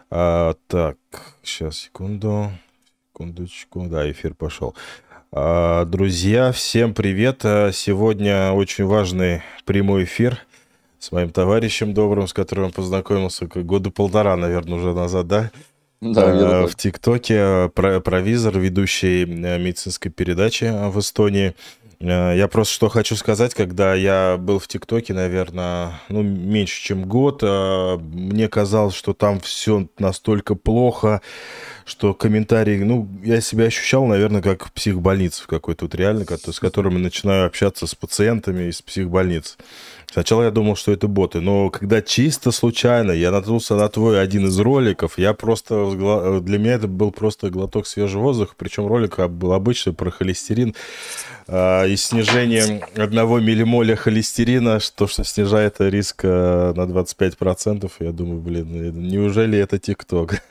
Так, сейчас, секундочку. Да, эфир пошел. Друзья, всем привет. Сегодня очень важный прямой эфир с моим товарищем добрым, с которым я познакомился года полтора, наверное, уже назад, да? Да, где-то В так. ТикТоке провизор, ведущий медицинской передачи в Эстонии. Я просто что хочу сказать, когда я был в ТикТоке, наверное, ну, меньше, чем год, мне казалось, что там все настолько плохо, что комментарии, ну, я себя ощущал, наверное, как в психбольнице в какой-то, вот реально, с которыми начинаю общаться с пациентами из психбольниц. Сначала я думал, что это боты, но когда чисто случайно я наткнулся на твой один из роликов, я просто, для меня это был просто глоток свежего воздуха, причем ролик был обычный про холестерин и снижение 1 миллимоля холестерина, что снижает риск на 25%. Я думаю, блин, неужели это ТикТок?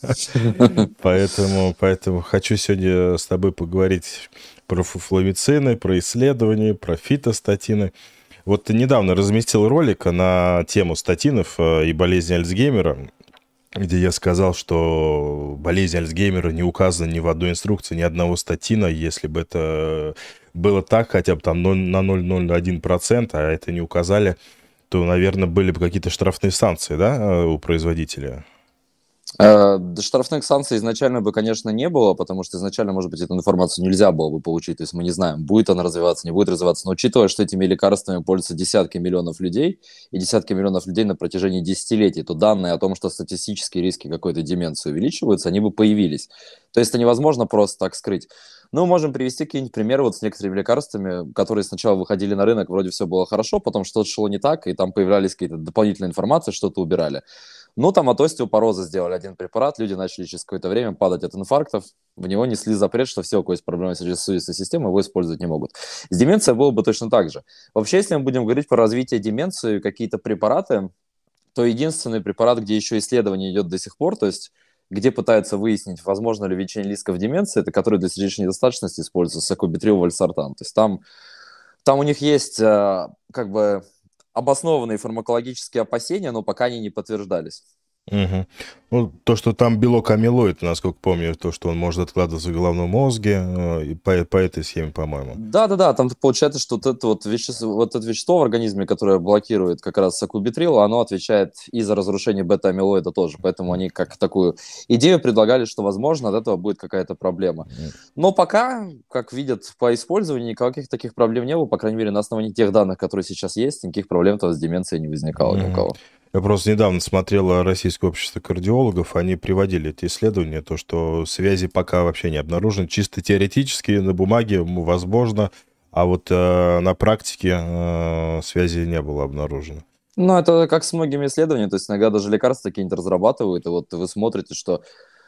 Поэтому хочу сегодня с тобой поговорить про фуфломицины, про исследования, про фитостатины. Вот ты недавно разместил ролик на тему статинов и болезни Альцгеймера, где я сказал, что болезнь Альцгеймера не указана ни в одной инструкции, ни одного статина. Если бы это было так, хотя бы там на 0,01%, а это не указали, то, наверное, были бы какие-то штрафные санкции, да, у производителя? Да, штрафных санкций изначально бы, конечно, не было, потому что изначально, может быть, эту информацию нельзя было бы получить. То есть мы не знаем, будет она развиваться, не будет развиваться. Но учитывая, что этими лекарствами пользуются десятки миллионов людей, и десятки миллионов людей на протяжении десятилетий, то данные о том, что статистические риски какой-то деменции увеличиваются, они бы появились. То есть это невозможно просто так скрыть. Ну, можем привести какие-нибудь примеры вот с некоторыми лекарствами, которые сначала выходили на рынок, вроде все было хорошо, потом что-то шло не так, и там появлялись какие-то дополнительные информации, что-то убирали. Ну, там от остеопороза сделали один препарат, люди начали через какое-то время падать от инфарктов, в него несли запрет, что все, у кого есть проблемы с сердечно-сосудистой системой, его использовать не могут. С деменцией было бы точно так же. Вообще, если мы будем говорить про развитие деменции, какие-то препараты, то единственный препарат, где еще исследование идет до сих пор, то есть где пытаются выяснить, возможно ли лечение рисков деменции, это который для сердечной недостаточности используется сакубитрил вальсартан. То есть там у них есть как бы обоснованные фармакологические опасения, но пока они не подтверждались. Мгм. Ну, то, что там белок амилоид, насколько помню, то, что он может откладываться в головном мозге, и по этой схеме, по-моему. Да-да-да, там получается, что вот это вещество в организме, которое блокирует как раз сакубитрил, оно отвечает и за разрушение бета-амилоида тоже. Поэтому они как такую идею предлагали, что, возможно, от этого будет какая-то проблема. Но пока, как видят по использованию, никаких таких проблем не было. По крайней мере, на основании тех данных, которые сейчас есть, никаких проблем-то с деменцией не возникало ни у Мгм. кого. Я просто недавно смотрел Российское общество кардиологов, они приводили эти исследования, то, что связи пока вообще не обнаружены. Чисто теоретически на бумаге возможно, а вот на практике связи не было обнаружено. Ну, это как с многими исследованиями, то есть иногда даже лекарства какие-нибудь разрабатывают, и вот вы смотрите, что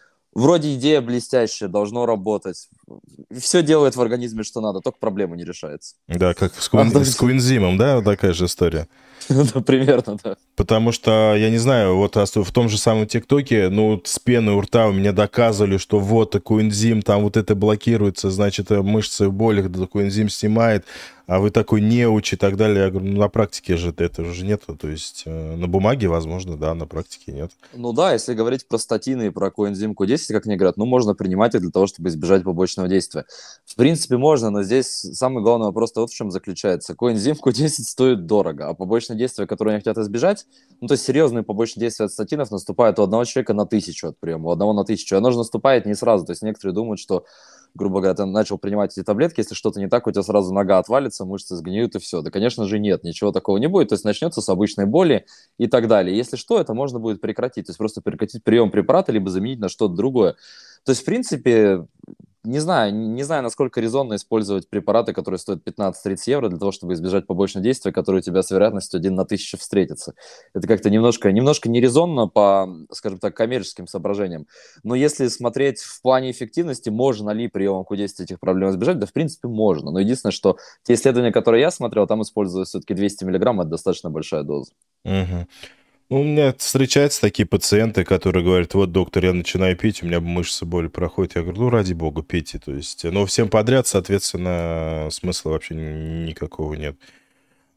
вроде идея блестящая, должно работать, все делает в организме, что надо, только проблема не решается. Да, как А потом с все, коэнзимом, да, вот такая же история. примерно, да. Потому что, я не знаю, вот в том же самом ТикТоке, ну, вот с пены у рта у меня доказывали, что вот такой энзим, там вот это блокируется, значит, мышцы в болях, да, такой энзим снимает, а вы такой неуч и так далее. Я говорю, ну, на практике же этого же нету, то есть на бумаге, возможно, да, на практике нет. Ну да, если говорить про статины и про коэнзим Q10, как они говорят, ну, можно принимать их для того, чтобы избежать побочного действия. В принципе, можно, но здесь самый главный вопрос вот в чем заключается. Коэнзим Q10 стоит дорого, а побочные действия, которые они хотят избежать, ну, то есть серьезные побочные действия от статинов наступают у одного человека на 1000 от приема, у одного на 1000. Оно же наступает не сразу, то есть некоторые думают, что, грубо говоря, ты начал принимать эти таблетки, если что-то не так, у тебя сразу нога отвалится, мышцы сгниют и все. Да, конечно же, нет, ничего такого не будет, то есть начнется с обычной боли, и так далее. Если что, это можно будет прекратить. То есть просто прекратить прием препарата, либо заменить на что-то другое. То есть, в принципе, не знаю, насколько резонно использовать препараты, которые стоят 15-30 евро для того, чтобы избежать побочных действий, которые у тебя с вероятностью 1 на 1000 встретятся. Это как-то немножко нерезонно по, скажем так, коммерческим соображениям. Но если смотреть в плане эффективности, можно ли приемом Q10 этих проблем избежать, да, в принципе, можно. Но единственное, что те исследования, которые я смотрел, там использовалось все-таки 200 миллиграмм, это достаточно большая доза. Мгм. Ну, у меня встречаются такие пациенты, которые говорят, вот, доктор, я начинаю пить, у меня мышцы боли проходят. Я говорю, ну, ради бога, пейте. То есть, но всем подряд, соответственно, смысла вообще никакого нет.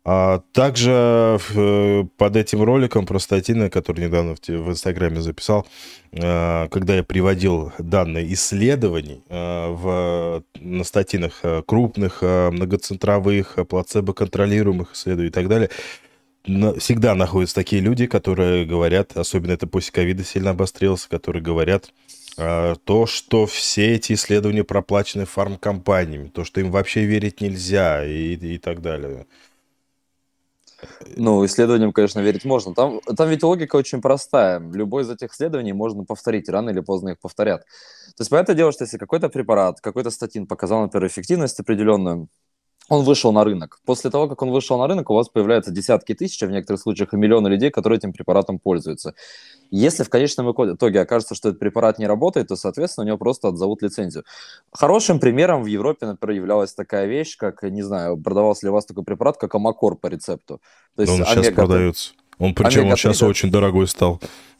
Также под этим роликом про статьи, который недавно в Инстаграме записал, когда я приводил данные исследований на статинах крупных, многоцентровых, плацебо-контролируемых исследований и так далее, всегда находятся такие люди, которые говорят, особенно это после ковида сильно обострилось, которые говорят то, что все эти исследования проплачены фармкомпаниями, то, что им вообще верить нельзя и так далее. Ну, исследованиям, конечно, верить можно. Там ведь логика очень простая. Любое из этих исследований можно повторить, рано или поздно их повторят. То есть, понятное дело, что если какой-то препарат, какой-то статин показал, например, эффективность определенную, он вышел на рынок. После того, как он вышел на рынок, у вас появляются десятки тысяч, а в некоторых случаях и миллионы людей, которые этим препаратом пользуются. Если в конечном итоге окажется, что этот препарат не работает, то, соответственно, у него просто отзовут лицензию. Хорошим примером в Европе, например, являлась такая вещь, как, не знаю, продавался ли у вас такой препарат, как Амакор по рецепту. То Но есть он сейчас продается. Причем он сейчас очень дорогой стал.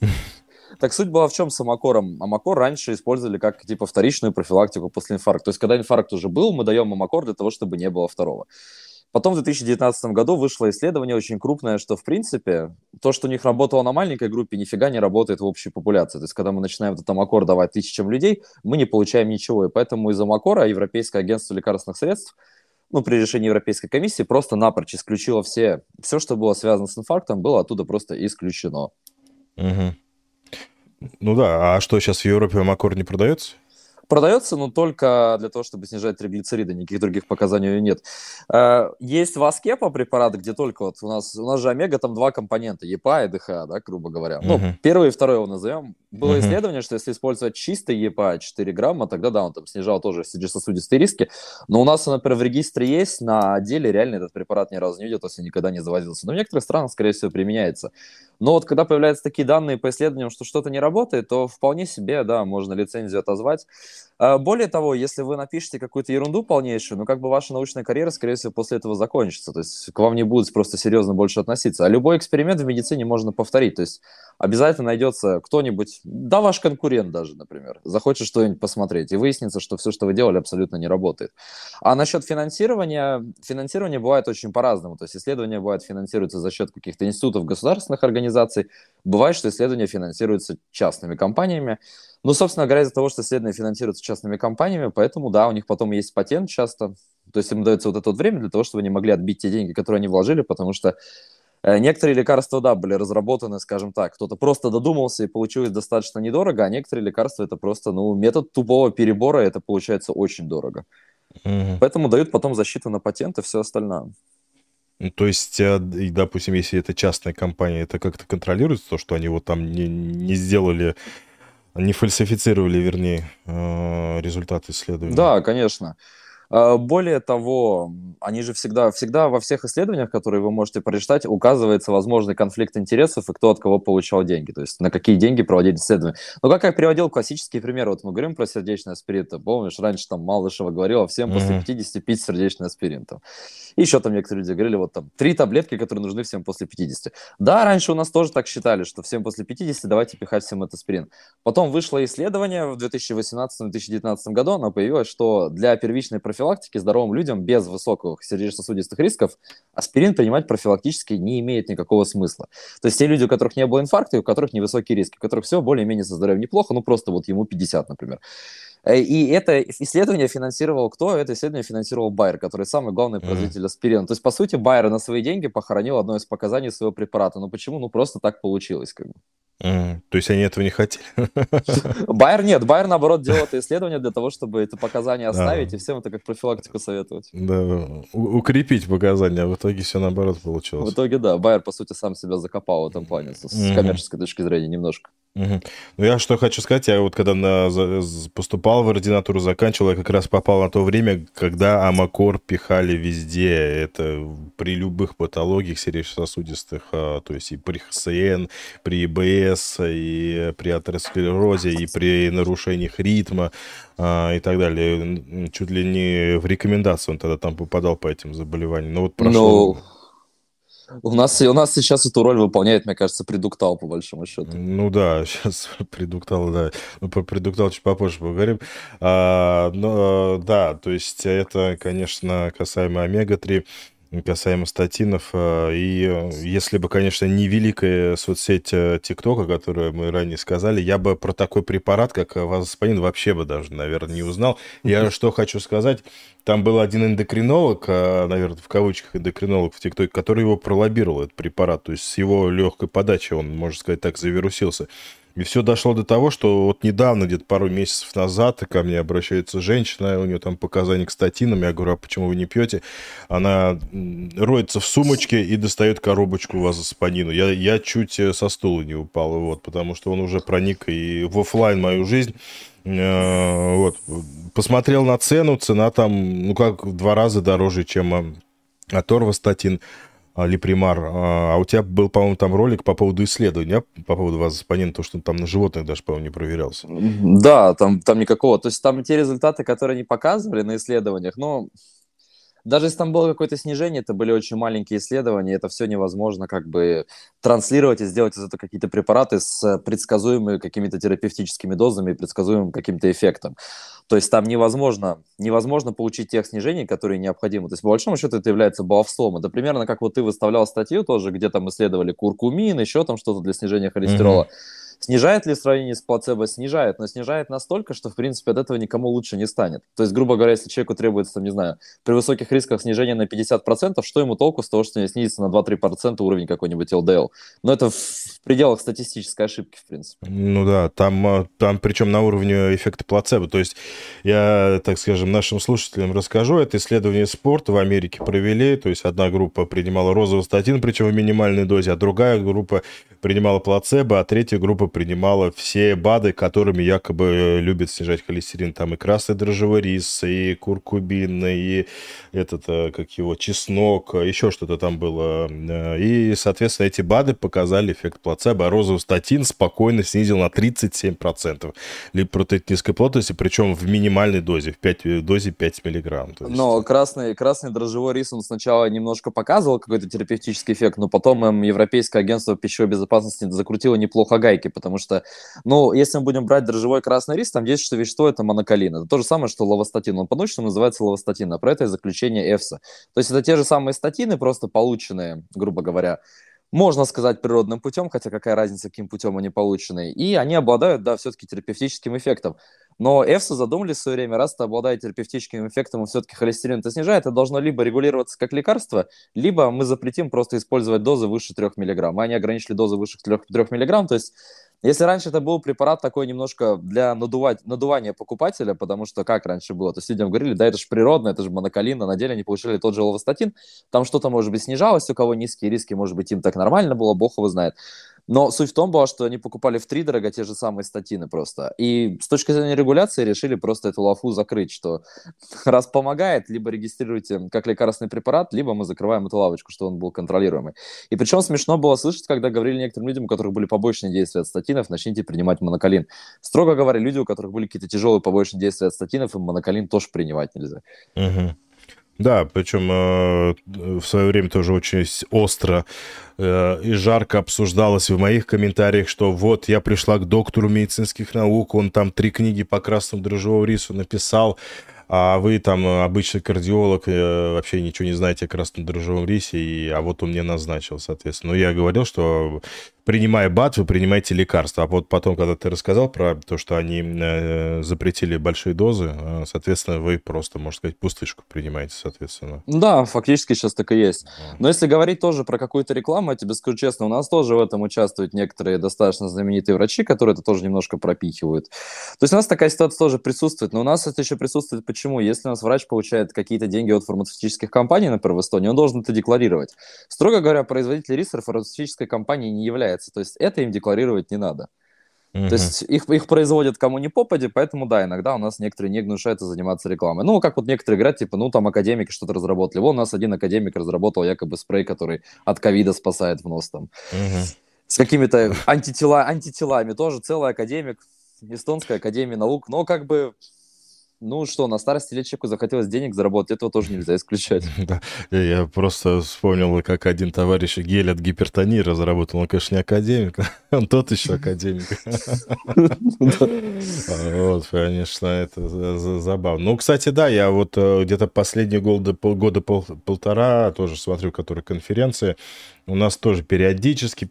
Так суть была в чем с Амакором? Амакор раньше использовали как типа вторичную профилактику после инфаркта. То есть, когда инфаркт уже был, мы даем Амакор для того, чтобы не было второго. Потом в 2019 году вышло исследование очень крупное, что, в принципе, то, что у них работало на маленькой группе, нифига не работает в общей популяции. То есть, когда мы начинаем этот Амакор давать тысячам людей, мы не получаем ничего. И поэтому из Амакора Европейское агентство лекарственных средств, ну, при решении Европейской комиссии, просто напрочь исключило все, что было связано с инфарктом, было оттуда просто исключено. Угу. Ну да, а что, сейчас в Европе Амакор не продается? Продается, но только для того, чтобы снижать триглицериды, никаких других показаний у нее нет. Есть Васкепа препараты, где только вот у нас же омега, там два компонента, ЕПА и ДХА, да, грубо говоря. Ну, первый и второй его назовем. Было исследование, что если использовать чистый ЕПА 4 грамма, тогда да, он там снижал тоже сердечно-сосудистые риски. Но у нас, например, в регистре есть, на деле реально этот препарат ни разу не идет, если никогда не завозился. Но в некоторых странах, скорее всего, применяется. Но вот когда появляются такие данные по исследованиям, что что-то не работает, то вполне себе, да, можно лицензию отозвать. Более того, если вы напишете какую-то ерунду полнейшую, ну, как бы ваша научная карьера, скорее всего, после этого закончится. То есть к вам не будут просто серьезно больше относиться. А любой эксперимент в медицине можно повторить. То есть обязательно найдется кто-нибудь, да, ваш конкурент даже, например, захочет что-нибудь посмотреть, и выяснится, что все, что вы делали, абсолютно не работает. А насчет финансирование бывает очень по-разному. То есть исследования бывают финансируются за счет каких-то институтов, государственных организаций. Бывает, что исследования финансируются частными компаниями. Ну, собственно говоря, из-за того, что исследования финансируются частными компаниями, поэтому, да, у них потом есть патент часто. То есть им дается вот это вот время для того, чтобы они могли отбить те деньги, которые они вложили, потому что некоторые лекарства, да, были разработаны, скажем так, кто-то просто додумался и получилось достаточно недорого, а некоторые лекарства это просто, ну, метод тупого перебора, и это получается очень дорого. Поэтому дают потом защиту на патент и все остальное. То есть, допустим, если это частная компания, это как-то контролируется, то, что они вот там не сделали, не фальсифицировали, вернее, результаты исследований? Да, конечно. Более того, они же всегда во всех исследованиях, которые вы можете прочитать, указывается возможный конфликт интересов и кто от кого получал деньги, то есть на какие деньги проводить исследования. Но как я приводил классический пример, вот мы говорим про сердечный аспирин, ты помнишь, раньше там Малышева говорила, всем после 50 пить сердечный аспирин. Там. И еще там некоторые люди говорили, вот там 3 таблетки, которые нужны всем после 50. Да, раньше у нас тоже так считали, что всем после 50 давайте пихать всем этот аспирин. Потом вышло исследование в 2018-2019 году, оно появилось, что для первичной профилактики здоровым людям без высоких сердечно-сосудистых рисков аспирин принимать профилактически не имеет никакого смысла. То есть те люди, у которых не было инфаркта, и у которых невысокие риски, у которых все более-менее со здоровьем неплохо, ну просто вот ему 50, например. И это исследование финансировал кто? Это исследование финансировал Байер, который самый главный производитель аспирина. То есть, по сути, Байер на свои деньги похоронил одно из показаний своего препарата. Ну почему? Ну просто так получилось. Как бы. То есть они этого не хотели? Байер нет. Байер, наоборот, делал это исследование для того, чтобы это показания оставить и всем это как профилактику советовать. Да, укрепить показания, а в итоге все наоборот получилось. В итоге, да. Байер, по сути, сам себя закопал в этом плане с коммерческой точки зрения немножко. Ну, я что хочу сказать, я вот когда поступал в ординатуру, заканчивал, я как раз попал на то время, когда Амакор пихали везде. Это при любых патологиях сердечно-сосудистых, то есть и при ХСН, при ИБС, и при атеросклерозе, и при нарушениях ритма и так далее. Чуть ли не в рекомендации он тогда там попадал по этим заболеваниям. Но вот прошло... У нас сейчас эту роль выполняет, мне кажется, предуктал, по большому счету. Ну да, сейчас предуктал, да. Ну, про предуктал чуть попозже поговорим. Но, да, то есть это, конечно, касаемо омега-3. касаемо статинов. Если бы, конечно, не великая соцсеть ТикТока, которую мы ранее сказали, я бы про такой препарат, как вазоспамин, вообще бы даже, наверное, не узнал. Я что хочу сказать, там был один эндокринолог, наверное, в кавычках эндокринолог в ТикТоке, который его пролоббировал, этот препарат. То есть с его легкой подачи он, можно сказать, так завирусился. И все дошло до того, что вот недавно, где-то пару месяцев назад, ко мне обращается женщина, у нее там показания к статинам, я говорю, а почему вы не пьете? Она роется в сумочке и достает коробочку вазоспанину. Я чуть со стула не упал, вот, потому что он уже проник и в оффлайн мою жизнь. Вот. Посмотрел на цену, цена там, ну, как в 2 раза дороже, чем аторвастатин. Липримар. А у тебя был, по-моему, там ролик по поводу исследования, по поводу вазоспанина, то, что он там на животных даже, по-моему, не проверялся. Да, там никакого. То есть там те результаты, которые они показывали на исследованиях, но даже если там было какое-то снижение, это были очень маленькие исследования, это все невозможно как бы транслировать и сделать из этого какие-то препараты с предсказуемыми какими-то терапевтическими дозами и предсказуемым каким-то эффектом. То есть там невозможно получить тех снижений, которые необходимы. То есть по большому счету это является баловством. Это примерно как вот ты выставлял статью тоже, где там исследовали куркумин, еще там что-то для снижения Мгм. холестерола. Снижает ли в сравнении с плацебо? Снижает, но снижает настолько, что, в принципе, от этого никому лучше не станет. То есть, грубо говоря, если человеку требуется, там, не знаю, при высоких рисках снижения на 50%, что ему толку с того, что у него снизится на 2-3% уровень какой-нибудь ЛДЛ? Но это в пределах статистической ошибки, в принципе. Ну да, там причем на уровне эффекта плацебо. То есть я, так скажем, нашим слушателям расскажу. Это исследование спорта в Америке провели. То есть одна группа принимала розовый статин, причем в минимальной дозе, а другая группа принимала плацебо, а третья группа принимала все БАДы, которыми якобы любят снижать холестерин. Там и красный дрожжевой рис, и куркумин, и этот, как его, чеснок, еще что-то там было. И, соответственно, эти БАДы показали эффект плацебо, а розовый статин спокойно снизил на 37% липопротеид низкой плотности, причем в минимальной дозе, в дозе 5 миллиграмм. То есть... Но красный дрожжевой рис, он сначала немножко показывал какой-то терапевтический эффект, но потом Европейское агентство пищевой безопасности закрутило неплохо гайки, потому что, ну, если мы будем брать дрожжевой красный рис, там есть что вещество, это монокалин. Это то же самое, что лавостатин. Он по-научному называется лавостатин, а про это и заключение ЭФСА. То есть это те же самые статины, просто полученные, грубо говоря, можно сказать, природным путем, хотя какая разница, каким путем они получены. И они обладают, да, все-таки терапевтическим эффектом. Но ЭФСА задумались в свое время, раз это обладает терапевтическим эффектом и все-таки холестерин это снижает, это должно либо регулироваться как лекарство, либо мы запретим просто использовать дозы выше 3 миллиграмм. Они ограничили дозы выше 3 миллиграмм, то есть если раньше это был препарат такой немножко для надувания покупателя, потому что как раньше было, то есть людям говорили, да это же природно, это же монокалин, а на деле они получили тот же ловостатин, там что-то, может быть, снижалось, у кого низкие риски, может быть, им так нормально было, бог его знает. Но суть в том была, что они покупали втридорога те же самые статины просто. И с точки зрения регуляции решили просто эту лафу закрыть, что раз помогает, либо регистрируйте как лекарственный препарат, либо мы закрываем эту лавочку, что он был контролируемый. И причем смешно было слышать, когда говорили некоторым людям, у которых были побочные действия от статинов, начните принимать монокалин. Строго говоря, люди, у которых были какие-то тяжелые побочные действия от статинов, им монокалин тоже принимать нельзя. Мгм. Да, причем в свое время тоже очень остро и жарко обсуждалось в моих комментариях, что вот я пришла к доктору медицинских наук, он там 3 книги по красному дрожжевому рису написал, а вы там обычный кардиолог, вообще ничего не знаете о красном дрожжевом рисе, а вот он мне назначил, соответственно. Но я говорил, что принимая БАД, вы принимаете лекарства. А вот потом, когда ты рассказал про то, что они запретили большие дозы, соответственно, вы просто, можно сказать, пустышку принимаете, соответственно. Да, фактически сейчас так и есть. Вот. Но если говорить тоже про какую-то рекламу, я тебе скажу честно, у нас тоже в этом участвуют некоторые достаточно знаменитые врачи, которые это тоже немножко пропихивают. То есть у нас такая ситуация тоже присутствует, но у нас это еще присутствует почему? Если у нас врач получает какие-то деньги от фармацевтических компаний, например, в Эстонии, он должен это декларировать. Строго говоря, производитель риса фармацевтической компании не является, то есть это им декларировать не надо. То Мгм. есть их производят кому ни попади, поэтому да, иногда у нас некоторые не гнушаются заниматься рекламой. Ну, как вот некоторые говорят, типа, ну, там академики что-то разработали. Вон у нас один академик разработал якобы спрей, который от ковида спасает в нос там. Мгм. С какими-то антителами тоже целый академик, Эстонская академия наук. Но как бы Ну что, на старости лет человеку захотелось денег заработать, этого тоже нельзя исключать. Да, я просто вспомнил, как один товарищ гель от гипертонии разработал. Он, конечно, не академик, он тот еще академик. Вот, конечно, это забавно. Ну, кстати, да, я вот где-то последние года полтора тоже смотрю, которые конференции. У нас тоже периодически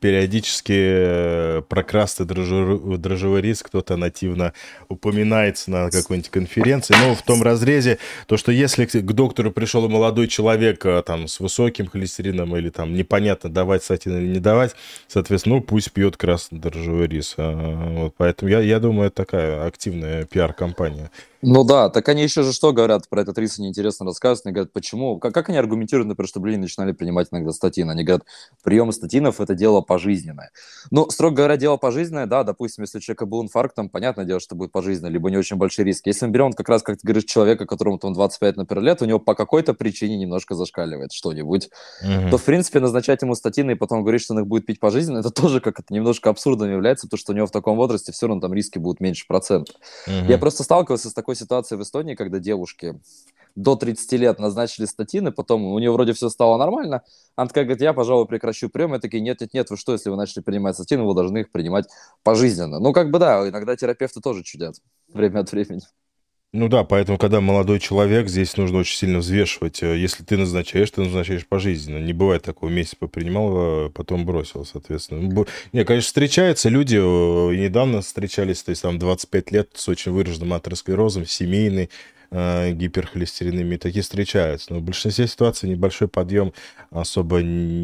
про красный дрожжевый рис кто-то нативно упоминается на какой-нибудь конференции. Но в том разрезе, то, что если к доктору пришел молодой человек там с высоким холестерином или там непонятно, давать статин или не давать, соответственно, ну, пусть пьет красный дрожжевый рис. Вот, поэтому я думаю, это такая активная пиар-компания. Ну да, так они еще же что говорят про этот рис, они интересно рассказывают, они говорят, почему, как они аргументируют, например, чтобы люди начинали принимать иногда статины. Они говорят, прием статинов – это дело пожизненное. Ну, строго говоря, дело пожизненное, да, допустим, если у человека был инфаркт, там, понятное дело, что будет пожизненно, либо не очень большой риск. Если мы берем как раз, как ты говоришь, человека, которому там 25, например, лет, у него по какой-то причине немножко зашкаливает что-нибудь, то, Мгм. в принципе, назначать ему статины и потом говорить, что он их будет пить пожизненно, это тоже как-то немножко абсурдным является, потому что у него в таком возрасте все равно там риски будут меньше процента. Я Мгм. просто сталкивался с такой ситуацией в Эстонии, когда девушки до 30 лет назначили статины, потом у нее вроде все стало нормально, она такая говорит, я, пожалуй, прекращу прием. Я такие, нет, вы что, если вы начали принимать статины, вы должны их принимать пожизненно. Ну, как бы да, иногда терапевты тоже чудят время от времени. Ну да, поэтому, когда молодой человек, здесь нужно очень сильно взвешивать. Если ты назначаешь пожизненно. Не бывает такого, месяц попринимал, потом бросил, соответственно. Не, конечно, встречаются люди, и недавно встречались, то есть там 25 лет с очень выраженным атеросклерозом, семейный, гиперхолестеринемией, такие встречаются. Но в большинстве ситуаций небольшой подъем особо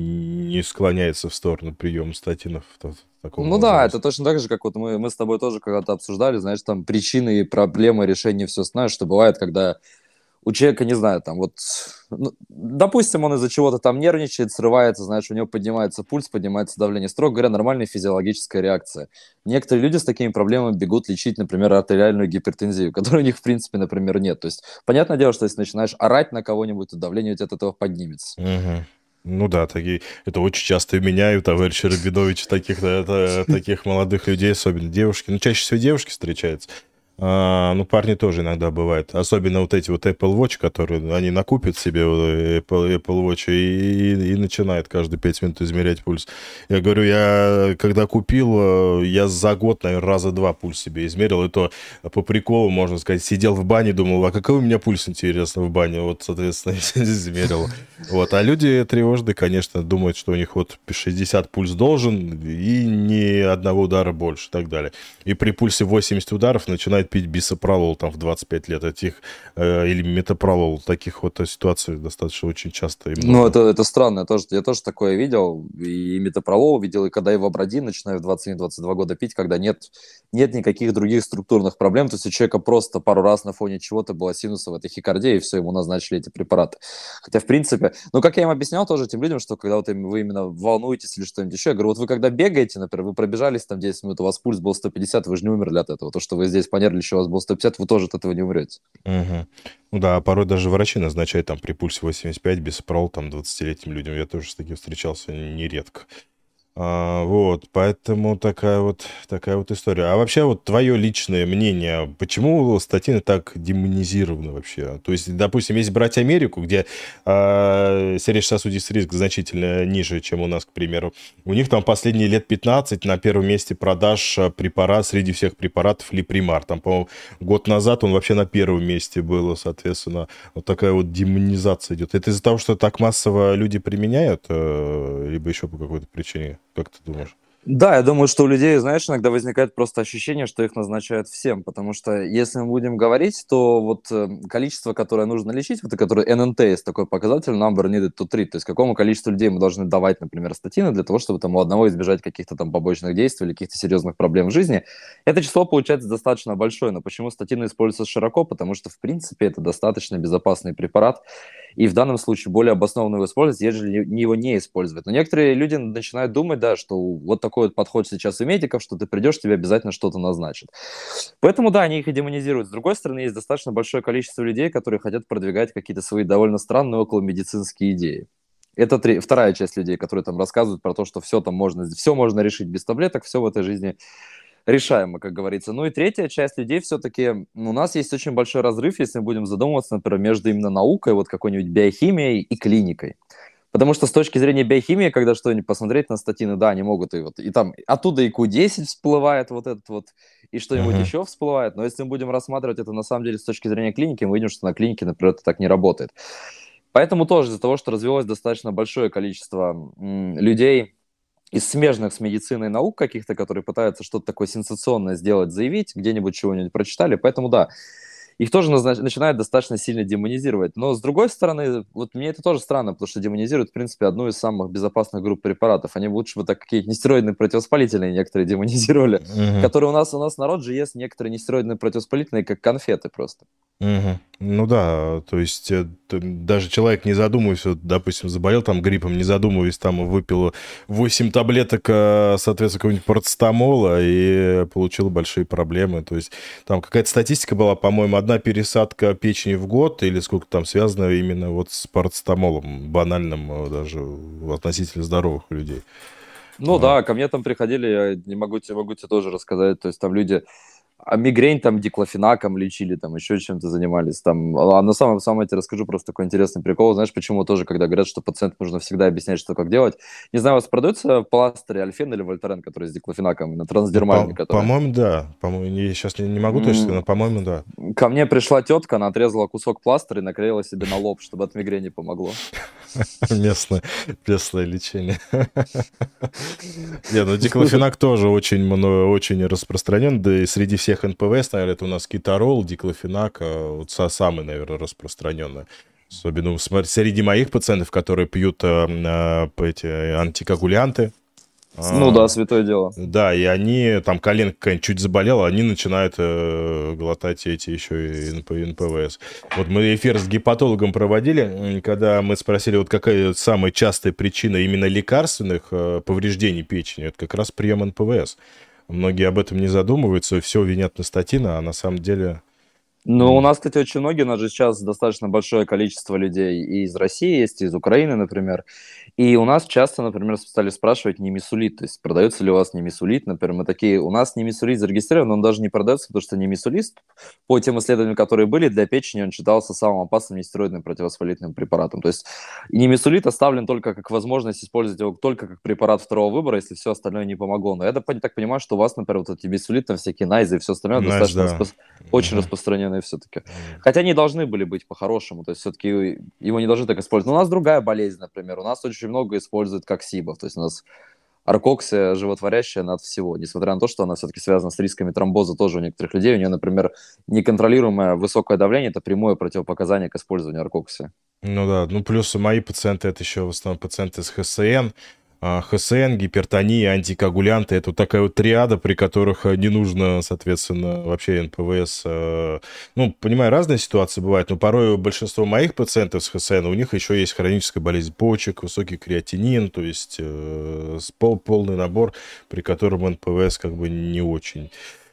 не склоняется в сторону приема статинов в таком Ну да, это возрасте. точно так же, как вот мы с тобой тоже когда-то обсуждали, знаешь, там причины и проблемы решения, все знаешь, что бывает, когда у человека, не знаю, там вот, ну, допустим, он из-за чего-то там нервничает, срывается, знаешь, у него поднимается пульс, поднимается давление. Строго говоря, нормальная физиологическая реакция. Некоторые люди с такими проблемами бегут лечить, например, артериальную гипертензию, которой у них, в принципе, например, нет. То есть, понятное дело, что если начинаешь орать на кого-нибудь, то давление у тебя от этого поднимется. Мгм. Ну да, такие, это очень часто и меня, и у товарища Рабиновича, таких молодых людей, особенно девушки. Ну, чаще всего девушки встречаются. Ну, парни тоже иногда бывают. Особенно вот эти вот Apple Watch, которые они накупят себе Apple Watch и начинают каждые 5 минут измерять пульс. Я говорю, я когда купил, я за год, наверное, раза два пульс себе измерил. И то по приколу, можно сказать, сидел в бане, думал, а какой у меня пульс, интересно, в бане. Вот, соответственно, измерил. Вот. А люди тревожные, конечно, думают, что у них вот 60 пульс должен и ни одного удара больше и так далее. И при пульсе 80 ударов начинают пить бисопролол там в 25 лет. Или метапролол. Таких вот ситуаций достаточно очень часто и Ну, много. это странно, я тоже такое видел, и метапролол видел, и когда ивабрадин начинаю в 21-22 года пить, когда нет никаких других структурных проблем, то есть у человека просто пару раз на фоне чего-то была синусовая тахикардия, и все, ему назначили эти препараты. Хотя, в принципе, ну, как я им объяснял тоже этим людям, что когда вот вы именно волнуетесь или что-нибудь еще, я говорю, вот вы когда бегаете, например, вы пробежались там 10 минут, у вас пульс был 150, вы же не умерли от этого. То, что вы здесь понервничали, у вас был 150, вы тоже от этого не умрете. Мгм. Ну да, а порой даже врачи назначают там при пульсе 85 бисопролол там 20-летним людям. Я тоже с таким встречался нередко. Вот, поэтому такая вот история. А вообще вот твое личное мнение, почему статины так демонизированы вообще? То есть, допустим, если брать Америку, где сердечно-сосудистый риск значительно ниже, чем у нас, к примеру, у них там последние лет 15 на первом месте продаж препарат среди всех препаратов Липримар. Там, по-моему, год назад он вообще на первом месте был, соответственно, вот такая вот демонизация идет. Это из-за того, что так массово люди применяют, либо еще по какой-то причине? Как ты думаешь? Да, я думаю, что у людей, знаешь, иногда возникает просто ощущение, что их назначают всем, потому что если мы будем говорить, то вот количество, которое нужно лечить, вот и которое ННТ есть такой показатель, number needed to treat, то есть какому количеству людей мы должны давать, например, статины для того, чтобы там у одного избежать каких-то там побочных действий или каких-то серьезных проблем в жизни. Это число получается достаточно большое, но почему статины используются широко? Потому что, в принципе, это достаточно безопасный препарат, и в данном случае более обоснованно его использовать, ежели его не использовать. Но некоторые люди начинают думать, да, что вот такой вот подход сейчас у медиков, что ты придешь, тебе обязательно что-то назначат. Поэтому, да, они их и демонизируют. С другой стороны, есть достаточно большое количество людей, которые хотят продвигать какие-то свои довольно странные околомедицинские идеи. Это вторая часть людей, которые там рассказывают про то, что все там можно решить без таблеток, все в этой жизни решаемо, как говорится. Ну и третья часть людей все-таки, у нас есть очень большой разрыв, если мы будем задумываться, например, между именно наукой, вот какой-нибудь биохимией и клиникой. Потому что с точки зрения биохимии, когда что-нибудь посмотреть на статины, да, они могут и вот, и там оттуда и Q10 всплывает вот этот вот, и что-нибудь Мгм. еще всплывает. Но если мы будем рассматривать это на самом деле с точки зрения клиники, мы видим, что на клинике, например, это так не работает. Поэтому тоже из-за того, что развилось достаточно большое количество людей из смежных с медициной наук каких-то, которые пытаются что-то такое сенсационное сделать, заявить, где-нибудь чего-нибудь прочитали. Поэтому да, их тоже начинают достаточно сильно демонизировать. Но, с другой стороны, вот мне это тоже странно, потому что демонизируют, в принципе, одну из самых безопасных групп препаратов. Они бы лучше бы так какие-то нестероидные противовоспалительные некоторые демонизировали, Мгм. которые у нас народ же ест некоторые нестероидные противовоспалительные, как конфеты просто. Мгм. Ну да, то есть даже человек, не задумываясь, вот, допустим, заболел там гриппом, не задумываясь, там выпил 8 таблеток, соответственно, какого-нибудь парацетамола и получил большие проблемы. То есть там какая-то статистика была, по-моему, одна пересадка печени в год или сколько там связано именно вот с парацетамолом, банальным даже относительно здоровых людей. Ну А, да, ко мне там приходили, я не могу тебе тоже рассказать, то есть там люди мигрень там диклофенаком лечили, там еще чем-то занимались. Там. А на самом я тебе расскажу просто такой интересный прикол. Знаешь, почему тоже, когда говорят, что пациенту нужно всегда объяснять, что как делать. Не знаю, у вас продаются пластыри Альфен или Вольтарен, которые с диклофенаком, на ну, трансдермальные, которые? по-моему, да. По-моему, я сейчас не могу точно сказать, М, но, по-моему, да. Ко мне пришла тетка, она отрезала кусок пластыря и наклеила себе на лоб, чтобы от мигрени помогло. Местное, местное лечение. Не, ну диклофенак тоже очень распространен, да и среди всех НПВС, наверное, это у нас кеторол, диклофенак, вот самый, наверное, распространенный. Особенно среди моих пациентов, которые пьют эти антикоагулянты. Ну да, А, святое дело. да, и они, там коленка какая-нибудь чуть заболела, они начинают глотать эти еще и НПВС. Вот мы эфир с гепатологом проводили, когда мы спросили, вот какая самая частая причина именно лекарственных повреждений печени, это как раз прием НПВС. Многие об этом не задумываются, все винят на статины, а на самом деле... Ну, у нас, кстати, очень многие, у нас же сейчас достаточно большое количество людей и из России есть, и из Украины, например. И у нас часто, например, стали спрашивать немесулит, то есть продается ли у вас немесулит, например, мы такие, у нас немесулит зарегистрирован, но он даже не продается, потому что немесулит, по тем исследованиям, которые были, для печени он считался самым опасным нестероидным противовоспалительным препаратом. То есть немесулит оставлен только как возможность использовать его только как препарат второго выбора, если все остальное не помогло. Но я так понимаю, что у вас, например, вот эти немесулит, там всякие найзы и все остальное Настя, достаточно да. очень Мгм. распространенные все-таки. Хотя они должны были быть по-хорошему, то есть все-таки его не должны так использовать. Но у нас другая болезнь, например, у нас очень много используют коксибов, то есть у нас аркоксия животворящая над всего, несмотря на то, что она все-таки связана с рисками тромбоза тоже у некоторых людей. У нее, например, неконтролируемое высокое давление– это прямое противопоказание к использованию аркоксии. Ну да, ну плюс мои пациенты, это еще в основном пациенты с ХСН. ХСН, гипертония, антикоагулянты, это вот такая вот триада, при которых не нужно, соответственно, вообще НПВС. Ну, понимаю, разные ситуации бывают, но порой большинство моих пациентов с ХСН, у них еще есть хроническая болезнь почек, высокий креатинин, то есть полный набор, при котором НПВС как бы не очень.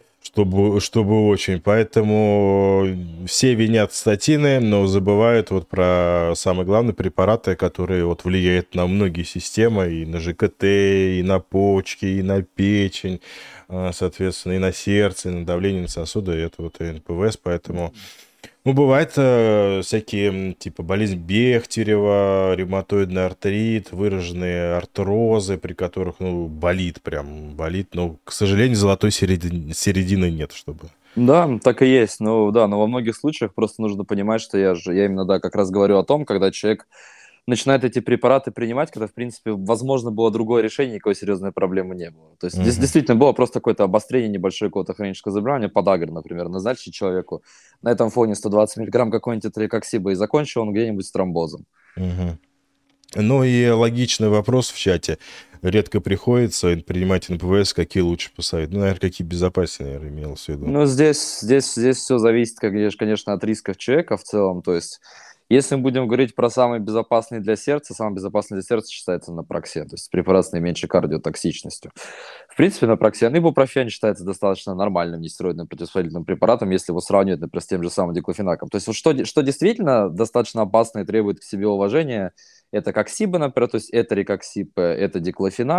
Чтобы очень. Поэтому все винят статины, но забывают вот про самые главные препараты, которые вот влияют на многие системы, и на ЖКТ, и на почки, и на печень, соответственно, и на сердце, и на давление, на сосуды, и это вот НПВС, поэтому... Ну, бывает всякие, типа, болезнь Бехтерева, ревматоидный артрит, выраженные артрозы, при которых, ну, болит прям, болит. Но, к сожалению, золотой середины нет, чтобы... Да, так и есть. Ну да, но во многих случаях просто нужно понимать, что я именно, да, как раз говорю о том, когда человек начинает эти препараты принимать, когда, в принципе, возможно, было другое решение, никакой серьезной проблемы не было. То есть Мгм. действительно было просто какое-то обострение небольшое какого-то хронического заболевания, подагр, например, назначить человеку на этом фоне 120 миллиграмм какой-нибудь трикоксиба и закончил он где-нибудь с тромбозом. Мгм. Ну и логичный вопрос в чате. Редко приходится принимать НПВС, какие лучше посоветовать? Ну, наверное, какие безопаснее, наверное, имелось в виду. Ну, здесь все зависит, конечно, от рисков человека в целом. То есть, если мы будем говорить про самый безопасный для сердца, самый безопасный для сердца считается напроксен, то есть препарат с наименьшей кардиотоксичностью. В принципе, напроксен, ибупрофен считается достаточно нормальным нестероидным противовоспалительным препаратом, если его сравнивать, например, с тем же самым диклофенаком. То есть, вот что действительно достаточно опасно и требует к себе уважения, это коксибы, например, то есть это рикоксиб, это диклофенак,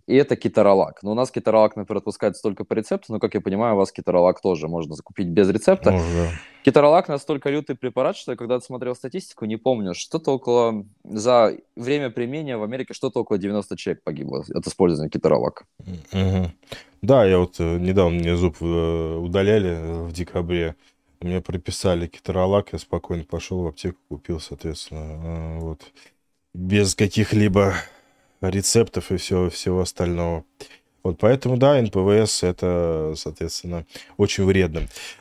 и это кеторолак. Но у нас кеторолак, например, отпускается только по рецепту, но, как я понимаю, у вас кеторолак тоже можно закупить без рецепта. Может, да. Кеторолак настолько лютый препарат, что я когда-то смотрел статистику, не помню, что-то около, за время применения в Америке что-то около 90 человек погибло от использования кеторолака. Мгм. Да, я вот недавно мне зуб удаляли в декабре. Мне прописали кеторолак, я спокойно пошел в аптеку, купил, соответственно, вот. Без каких-либо рецептов и всего остального. Вот поэтому, да, НПВС это, соответственно, очень вредно.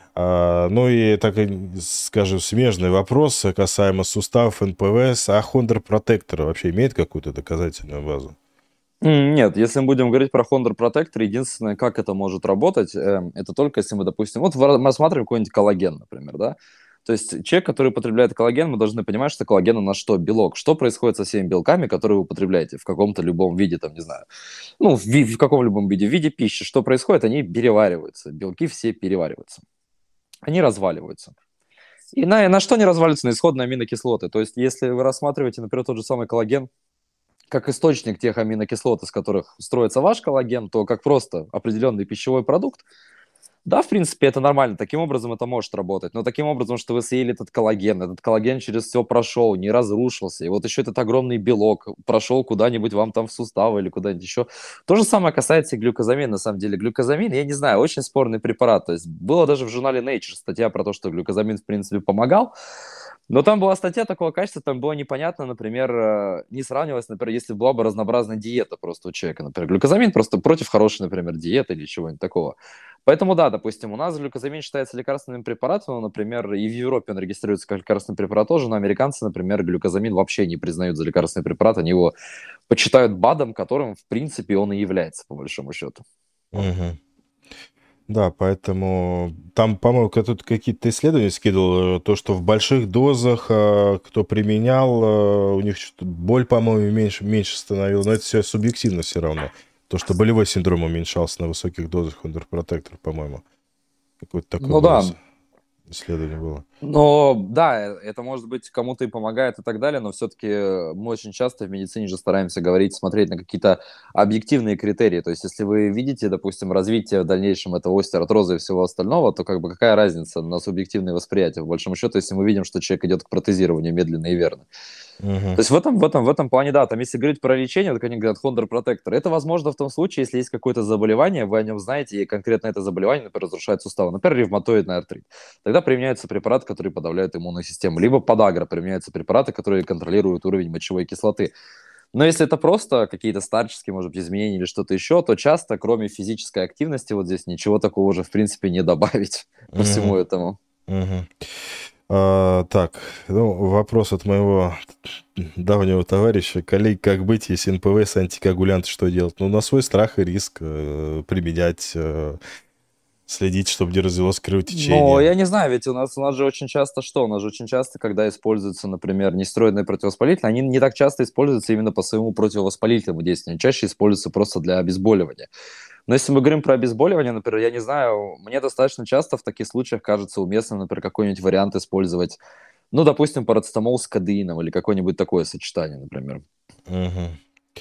Ну и, так, скажем, смежный вопрос касаемо суставов НПВС. А Хондр Протектор вообще имеет какую-то доказательную базу? Нет, если мы будем говорить про Honda Protector, единственное, как это может работать, это только если мы, допустим, вот мы рассматриваем какой-нибудь коллаген, например, да, то есть человек, который употребляет коллаген, мы должны понимать, что коллаген у нас что? Белок. Что происходит со всеми белками, которые вы употребляете в каком-то любом виде, там, не знаю, ну, в каком любом виде, в виде пищи. Что происходит? Они перевариваются. Белки все перевариваются. Они разваливаются. И на что они разваливаются? На исходные аминокислоты. То есть если вы рассматриваете, например, тот же самый коллаген, как источник тех аминокислот, из которых строится ваш коллаген, то как просто определенный пищевой продукт, да, в принципе, это нормально. Таким образом это может работать. Но таким образом, что вы съели этот коллаген через все прошел, не разрушился. И вот еще этот огромный белок прошел куда-нибудь вам там в суставы или куда-нибудь еще. То же самое касается и глюкозамина. На самом деле, глюкозамин, я не знаю, очень спорный препарат. То есть было даже в журнале Nature статья про то, что глюкозамин, в принципе, помогал. Но там была статья такого качества, там было непонятно, например, не сравнивалось, например, если была бы разнообразная диета просто у человека, например, глюкозамин просто против хорошей, например, диеты или чего-нибудь такого. Поэтому да, допустим, у нас глюкозамин считается лекарственным препаратом, но, например, и в Европе он регистрируется как лекарственный препарат тоже, но американцы, например, глюкозамин вообще не признают за лекарственный препарат, они его почитают БАДом, которым, в принципе, он и является, по большому счету. Мгм. Да, поэтому там, по-моему, тут какие-то исследования скидывал, то, что в больших дозах, кто применял, у них что-то боль, по-моему, меньше становилась. Но это все субъективно все равно. То, что болевой синдром уменьшался на высоких дозах Хондр Протектор, по-моему. Какое-то такое Ну было да, исследование было. но да, это может быть кому-то и помогает и так далее, но все-таки мы очень часто в медицине же стараемся говорить, смотреть на какие-то объективные критерии. То есть, если вы видите, допустим, развитие в дальнейшем этого остеоартроза и всего остального, то как бы какая разница на субъективное восприятие? В большом счету, если мы видим, что человек идет к протезированию медленно и верно. Мгм. То есть в этом плане, да, там если говорить про лечение, то, как они говорят, Хондр Протектор, это возможно в том случае, если есть какое-то заболевание, вы о нем знаете, и конкретно это заболевание, например, разрушает суставы, например, ревматоидный артрит. Тогда применяются препараты, которые подавляют иммунную систему. Либо подагра применяются препараты, которые контролируют уровень мочевой кислоты. Но если это просто какие-то старческие, может быть, изменения или что-то еще, то часто, кроме физической активности, вот здесь ничего такого уже, в принципе, не добавить ко всему Мгм. этому. Мгм. Так, ну, вопрос от моего давнего товарища, коллег, как быть, если НПВС, антикоагулянт, что делать? Ну, на свой страх и риск применять, следить, чтобы не развелось Но кровотечение. я не знаю, ведь у нас же очень часто что? У нас же очень часто, когда используются, например, нестероидные противовоспалительные, они не так часто используются именно по своему противовоспалительному действию, они чаще используются просто для обезболивания. Но если мы говорим про обезболивание, например, я не знаю, мне достаточно часто в таких случаях кажется уместным, например, какой-нибудь вариант использовать, ну, допустим, парацетамол с кодеином или какое-нибудь такое сочетание, например. Мгм.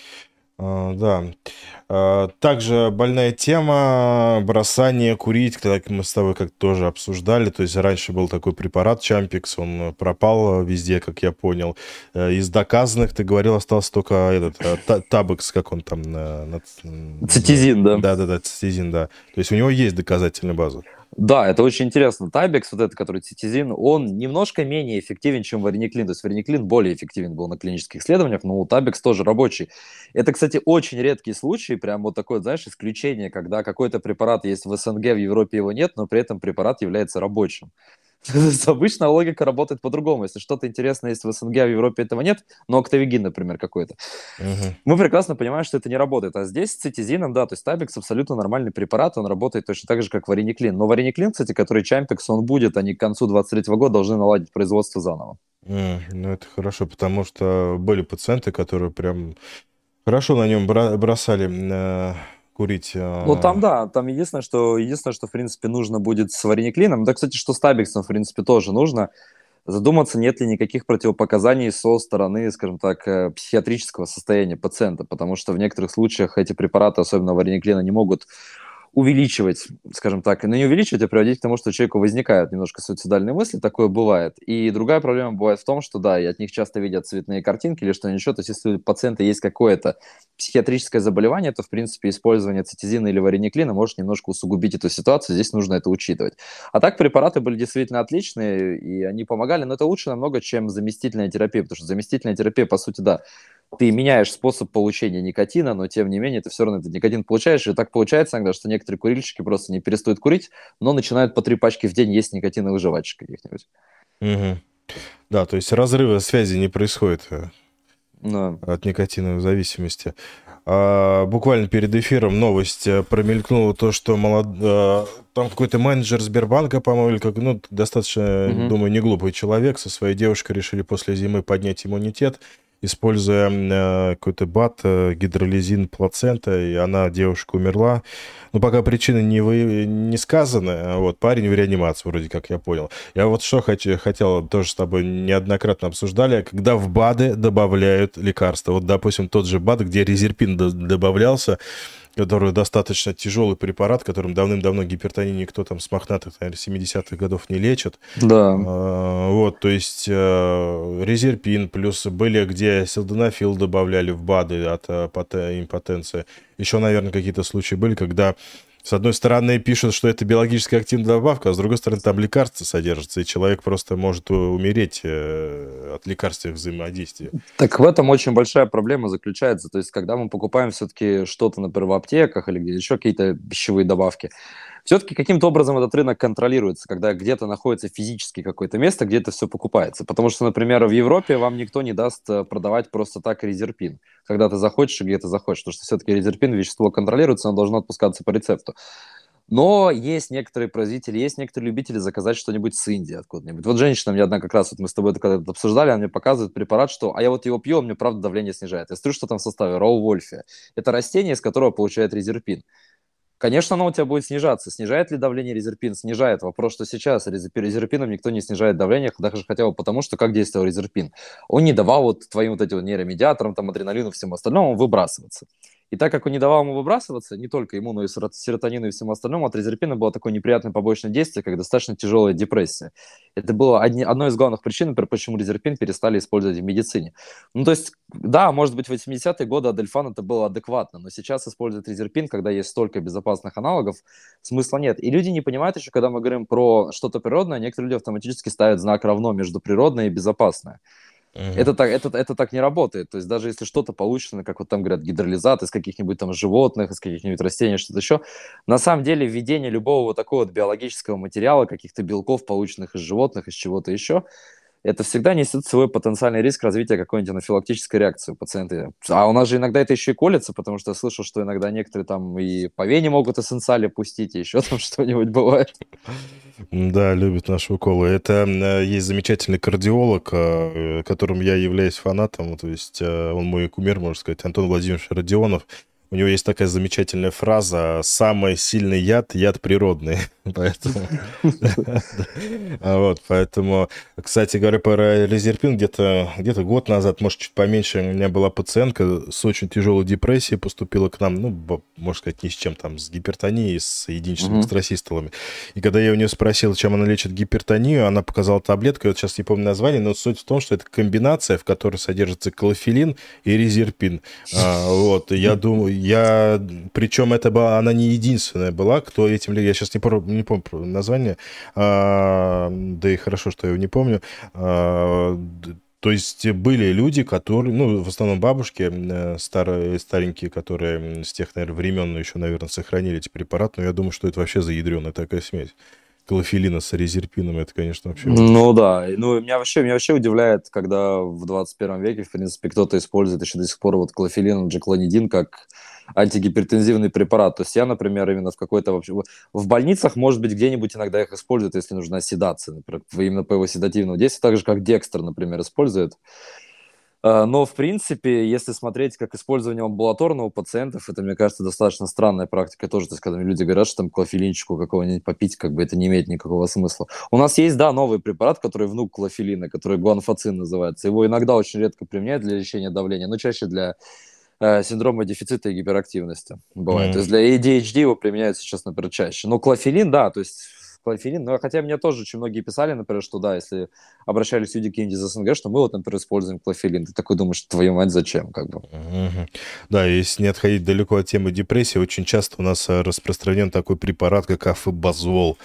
Да. Также больная тема бросание курить, как мы с тобой как-то тоже обсуждали. То есть раньше был такой препарат Чампикс, он пропал везде, как я понял. Из доказанных, ты говорил, остался только этот Табекс, как он там называется? Цитизин, да. Да-да-да, цитизин, да. То есть у него есть доказательная база. Да, это очень интересно. Тайбекс, вот этот, который цитизин, он немножко менее эффективен, чем варениклин. То есть варениклин более эффективен был на клинических исследованиях, но у Тайбекс тоже рабочий. Это, кстати, очень редкий случай, прям вот такое, знаешь, исключение, когда какой-то препарат есть в СНГ, в Европе его нет, но при этом препарат является рабочим. Обычно логика работает по-другому. Если что-то интересное есть в СНГ, а в Европе этого нет, но октавигин, например, какой-то, Мгм. мы прекрасно понимаем, что это не работает. А здесь с цитизином, да, то есть Табекс абсолютно нормальный препарат, он работает точно так же, как варениклин. Но варениклин, кстати, который Чампикс, он будет, они к концу 23 года должны наладить производство заново. Ну, это хорошо, потому что были пациенты, которые прям хорошо на нем бросали курить. Ну, там, да, там единственное, что, в принципе, нужно будет с варениклином, да, кстати, что с Табексом, в принципе, тоже нужно. задуматься, нет ли никаких противопоказаний со стороны, скажем так, психиатрического состояния пациента, потому что в некоторых случаях эти препараты, особенно варениклин, не могут увеличивать, скажем так, ну не увеличивать, а приводить к тому, что у человека возникают немножко суицидальные мысли, такое бывает. И другая проблема бывает в том, что да, и от них часто видят цветные картинки или что-нибудь еще, то есть если у пациента есть какое-то психиатрическое заболевание, то, в принципе, использование цитизина или варениклина может немножко усугубить эту ситуацию, здесь нужно это учитывать. А так препараты были действительно отличные, и они помогали, но это лучше намного, чем заместительная терапия, потому что заместительная терапия, по сути, да, ты меняешь способ получения никотина, но тем не менее ты все равно этот никотин получаешь. И так получается иногда, что некоторые курильщики просто не перестают курить, но начинают по 3 пачки в день есть никотиновых жвачек каких-нибудь. Мгм. Да, то есть разрыва связи не происходит Но... от никотиновой зависимости. Буквально перед эфиром новость промелькнула то, что там какой-то менеджер Сбербанка, по-моему, или как, ну, достаточно, Мгм. думаю, не глупый человек, со своей девушкой решили после зимы поднять иммунитет, используя какой-то БАД, гидролизин плацента, и девушка умерла. Ну, пока причины не сказаны, вот, парень в реанимации, вроде как я понял. Я вот что хотел, тоже с тобой неоднократно обсуждали, когда в БАДы добавляют лекарства. Вот, допустим, тот же БАД, где резерпин добавлялся, который достаточно тяжелый препарат, которым давным-давно гипертонию никто там с мохнатых, наверное, 70-х годов не лечит. Да. Вот, то есть резерпин, плюс были, где силденафил добавляли в БАДы от импотенции. Еще, наверное, какие-то случаи были, когда с одной стороны пишут, что это биологически активная добавка, а с другой стороны там лекарства содержатся, и человек просто может умереть от лекарственных взаимодействий. Так в этом очень большая проблема заключается. То есть, когда мы покупаем все-таки что-то, например, в аптеках или где еще какие-то пищевые добавки, все-таки каким-то образом этот рынок контролируется, когда где-то находится физически какое-то место, где это все покупается. Потому что, например, в Европе вам никто не даст продавать просто так резерпин, когда ты захочешь и где ты захочешь, потому что все-таки резерпин, вещество контролируется, оно должно отпускаться по рецепту. Но есть некоторые производители, есть некоторые любители заказать что-нибудь с Индии откуда-нибудь. Вот женщина мне одна как раз, вот мы с тобой это когда-то обсуждали, она мне показывает препарат, что, а я вот его пью, он мне правда давление снижает. Я смотрю, что там в составе, роу-вольфия. Это растение, из которого получает резерпин. Конечно, оно у тебя будет снижаться. Снижает ли давление резерпин? Снижает. Вопрос, что сейчас резерпином никто не снижает давление, даже хотя бы потому, что как действовал резерпин? Он не давал вот твоим вот этим вот нейромедиаторам, там, адреналину, всему остальному выбрасываться. И так как он не давал ему выбрасываться, не только ему, но и серотонину и всему остальному, от резерпина было такое неприятное побочное действие, как достаточно тяжелая депрессия. Это было одной из главных причин, например, почему резерпин перестали использовать в медицине. Ну, то есть, да, может быть, в 80-е годы Адельфан это было адекватно, но сейчас использовать резерпин, когда есть столько безопасных аналогов, смысла нет. И люди не понимают еще, когда мы говорим про что-то природное, некоторые люди автоматически ставят знак равно между природное и безопасное. Мгм. Это так не работает. То есть даже если что-то получено, как вот там говорят, гидролизат из каких-нибудь там животных, из каких-нибудь растений, что-то еще, на самом деле введение любого вот такого вот биологического материала, каких-то белков, полученных из животных, из чего-то еще, это всегда несет свой потенциальный риск развития какой-нибудь анафилактической реакции у пациента. А у нас же иногда это еще и колется, потому что я слышал, что иногда некоторые там и по вене могут эссенциали пустить, и еще там что-нибудь бывает. Да, любят наши уколы. Это есть замечательный кардиолог, которым я являюсь фанатом. То есть он мой кумир, можно сказать, Антон Владимирович Родионов. У него есть такая замечательная фраза: «Самый сильный яд природный». Поэтому, вот, поэтому, кстати говоря, про резерпин, где-то год назад, может, чуть поменьше, у меня была пациентка с очень тяжелой депрессией, поступила к нам, ну, можно сказать, ни с чем, там, с гипертонией, с единичными Мгм. экстрасистолами. И когда я у нее спросил, чем она лечит гипертонию, она показала таблетку, я вот сейчас не помню название, но суть в том, что это комбинация, в которой содержится клофелин и резерпин. Вот, и я думаю, причем она не единственная была, кто этим... Я сейчас не помню название, да и хорошо, что я его не помню. То есть были люди, которые, ну, в основном бабушки старенькие, которые с тех, наверное, времен еще, наверное, сохранили эти препараты, но я думаю, что это вообще заядреная такая смесь. Клофелина с резерпином, это, конечно, вообще ужас. Ну да, ну меня вообще удивляет, когда в 21 веке, в принципе, кто-то использует еще до сих пор вот клофелин, джеклонидин как антигипертензивный препарат. То есть я, например, именно в какой-то вообще... В больницах, может быть, где-нибудь иногда их используют, если нужна седация, например, именно по его седативному действию, так же, как Декстер, например, использует. Но, в принципе, если смотреть как использование амбулаторного у пациентов, это, мне кажется, достаточно странная практика тоже. То есть, когда люди говорят, что там клофелинчику какого-нибудь попить, как бы это не имеет никакого смысла. У нас есть, да, новый препарат, который внук клофелина, который гуанфацин называется. Его иногда очень редко применяют для лечения давления, но чаще для синдрома дефицита и гиперактивности бывает. То М. есть для ADHD его применяют сейчас, например, чаще. Но клофелин, да, то есть клофелин, ну, хотя мне тоже очень многие писали, например, что да, если обращались люди какие-нибудь из СНГ, что мы вот, например, используем клофелин. Ты такой думаешь, твою мать, зачем, как бы. Мгм. Да, если не отходить далеко от темы депрессии, очень часто у нас распространен такой препарат, как афобазол.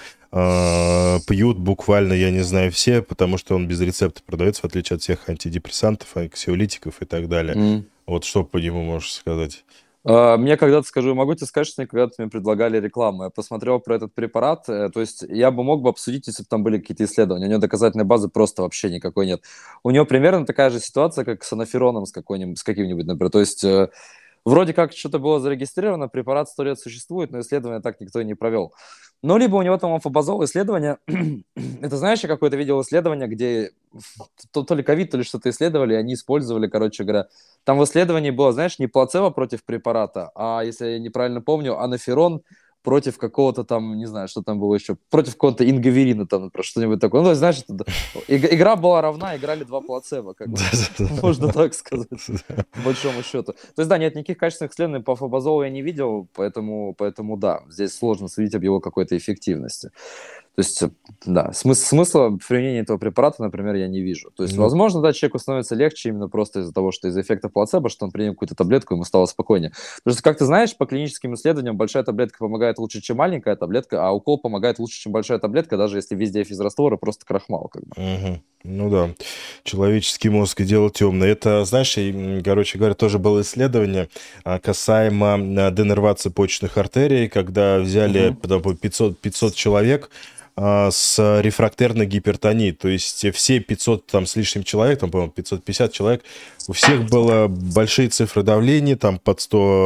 Пьют буквально, я не знаю, все, потому что он без рецепта продается, в отличие от всех антидепрессантов, анксиолитиков и так далее. Вот что по нему можешь сказать? Мне когда-то скажу, могу тебе сказать, что мне когда-то мне предлагали рекламу. Я посмотрел про этот препарат, то есть я бы мог бы обсудить, если бы там были какие-то исследования. У него доказательной базы просто вообще никакой нет. У него примерно такая же ситуация, как с анафероном с каким-нибудь, например. То есть вроде как что-то было зарегистрировано, препарат 100 лет существует, но исследования так никто и не провел. Ну, либо у него там амфобазол исследование. Это знаешь, я какое-то видел исследование, где то ли ковид, то ли что-то исследовали, и они использовали, короче говоря, там в исследовании было, знаешь, не плацебо против препарата, а, если я неправильно помню, анаферон против какого-то там, не знаю, что там было еще, против какого-то ингаверина там, например, что-нибудь такое. Ну, то есть, знаешь, игра была равна, играли два плацебо, как бы, можно так сказать, по большому счету. То есть, да, нет никаких качественных исследований по фабазолу я не видел, поэтому да, здесь сложно судить об его какой-то эффективности. То есть, да, смысла применения этого препарата, например, я не вижу. То есть, Ну, возможно, да, человеку становится легче именно просто из-за того, что из-за эффекта плацебо, что он принял какую-то таблетку, ему стало спокойнее. Потому что, как ты знаешь, по клиническим исследованиям большая таблетка помогает лучше, чем маленькая таблетка, а укол помогает лучше, чем большая таблетка, даже если везде физраствор и просто крахмал, как бы. мгм. Ну да, человеческий мозг и дело темное. Это, знаешь, короче говоря, тоже было исследование касаемо денервации почечных артерий, когда взяли Мгм. 500 человек с рефрактерной гипертонией, то есть все 500 там с лишним человек, там, по-моему, 550 человек, у всех было большие цифры давления, там под